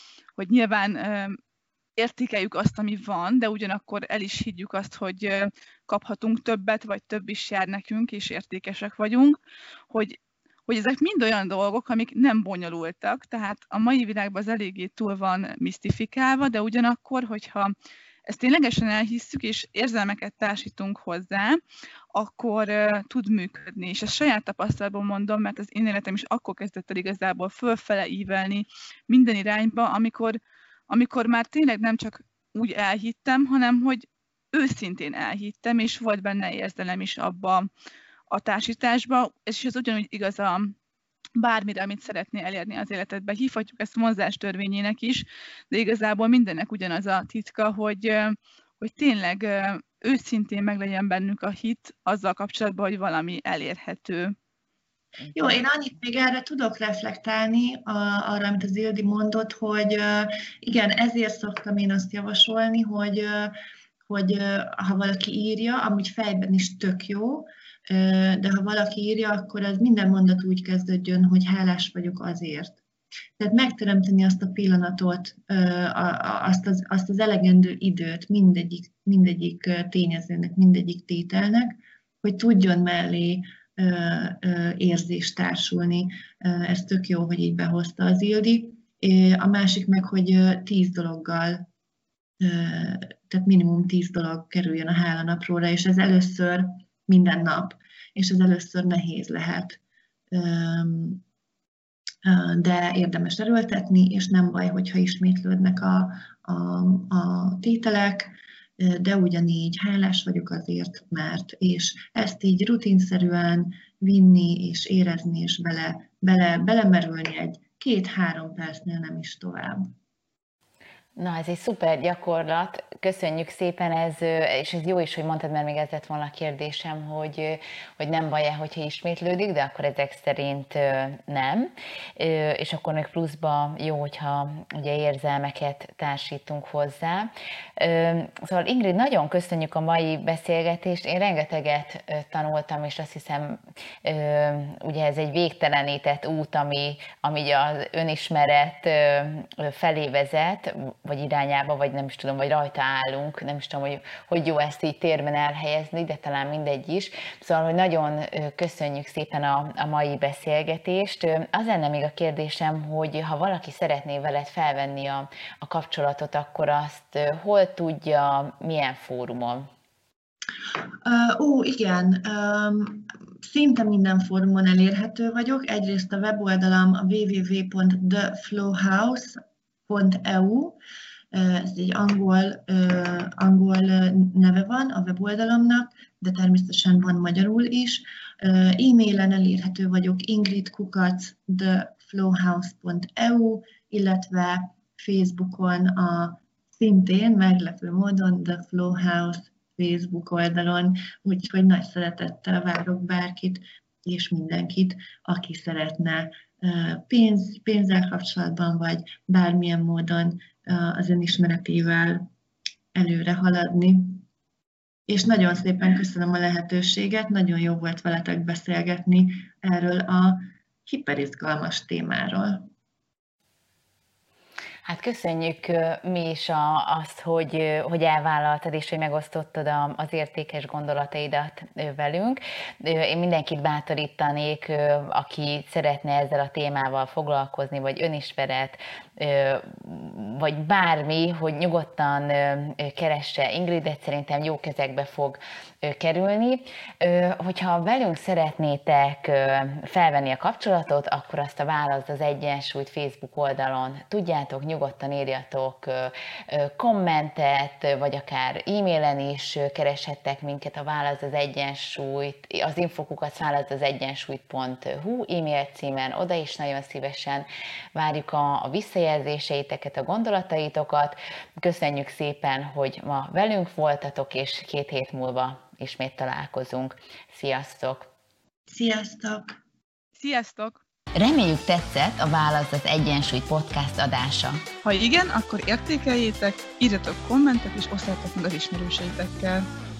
nyilván értékeljük azt, ami van, de ugyanakkor el is higgyük azt, hogy kaphatunk többet, vagy több is jár nekünk, és értékesek vagyunk, hogy ezek mind olyan dolgok, amik nem bonyolultak, tehát a mai világban az eléggé túl van misztifikálva, de ugyanakkor, hogyha ezt ténylegesen elhisszük, és érzelmeket társítunk hozzá, akkor tud működni. És ezt saját tapasztalatból mondom, mert az én életem is akkor kezdett el igazából fölfele ívelni minden irányba, amikor már tényleg nem csak úgy elhittem, hanem hogy őszintén elhittem, és volt benne érzelem is abba a társításba, és ez ugyanúgy igaz bármire, amit szeretnél elérni az életedben. Hívhatjuk ezt vonzás törvényének is, de igazából mindennek ugyanaz a titka, hogy tényleg őszintén meglegyen bennünk a hit azzal kapcsolatban, hogy valami elérhető. Jó, én annyit még erre tudok reflektálni, arra, amit az Ildi mondott, hogy igen, ezért szoktam én azt javasolni, hogy ha valaki írja, amúgy fejben is tök jó, de ha valaki írja, akkor ez minden mondat úgy kezdődjön, hogy hálás vagyok azért. Tehát megteremteni azt a pillanatot, azt az elegendő időt mindegyik tényezőnek, mindegyik tételnek, hogy tudjon mellé érzést társulni. Ez tök jó, hogy így behozta az Ildi. A másik meg, hogy 10 dologgal, tehát minimum 10 dolog kerüljön a hálanapróra, és ez először minden nap, és ez először nehéz lehet. De érdemes erőltetni, és nem baj, hogyha ismétlődnek a tételek, de ugyanígy hálás vagyok azért, mert, és ezt így rutinszerűen vinni, és érezni, és belemerülni egy 2-3 percnél, nem is tovább. Na, ez egy szuper gyakorlat, köszönjük szépen, és ez jó is, hogy mondtad, mert még ez lett volna a kérdésem, hogy nem baj-e, hogyha ismétlődik, de akkor ezek szerint nem, és akkor még pluszba jó, hogyha ugye érzelmeket társítunk hozzá. Szóval Ingrid, nagyon köszönjük a mai beszélgetést, én rengeteget tanultam, és azt hiszem, ugye ez egy végtelenített út, ami az önismeret felé vezet, vagy irányába, vagy nem is tudom, vagy rajta állunk, nem is tudom, hogy jó ezt így térben elhelyezni, de talán mindegy is. Szóval, hogy nagyon köszönjük szépen a mai beszélgetést. Az lenne még a kérdésem, hogy ha valaki szeretné veled felvenni a kapcsolatot, akkor azt hol tudja, milyen fórumon? Igen. Szinte minden fórumon elérhető vagyok. Egyrészt a weboldalam a www.theflowhouse, flowhouse.eu, ez egy angol neve van a weboldalomnak, de természetesen van magyarul is. E-mailen elérhető vagyok ingrid@theflowhouse.eu, illetve Facebookon a szintén meglepő módon The Flowhouse Facebook oldalon, úgyhogy nagy szeretettel várok bárkit és mindenkit, aki szeretne pénzzel kapcsolatban, vagy bármilyen módon az önismeretével előre haladni. És nagyon szépen köszönöm a lehetőséget, nagyon jó volt veletek beszélgetni erről a hiperizgalmas témáról. Hát köszönjük mi is azt, hogy elvállaltad és hogy megosztottad az értékes gondolataidat velünk. Én mindenkit bátorítanék, aki szeretne ezzel a témával foglalkozni, vagy önismeret, vagy bármi, hogy nyugodtan keresse Ingridet, szerintem jó kezekbe fog kerülni. Hogyha velünk szeretnétek felvenni a kapcsolatot, akkor azt a Válaszd az Egyensúlyt Facebook oldalon tudjátok, nyugodtan írjatok kommentet, vagy akár e-mailen is kereshettek minket a Válaszd az Egyensúlyt, az infokukat választazegyensúlyt.hu e-mail címen, oda is nagyon szívesen várjuk a visszajelzéseiteket, a gondolataitokat. Köszönjük szépen, hogy ma velünk voltatok, és 2 hét múlva ismét találkozunk. Sziasztok! Sziasztok! Sziasztok! Reméljük tetszett a Válaszd az Egyensúly podcast adása. Ha igen, akkor értékeljétek, írjatok kommentet és osszátok meg az ismerőseitekkel.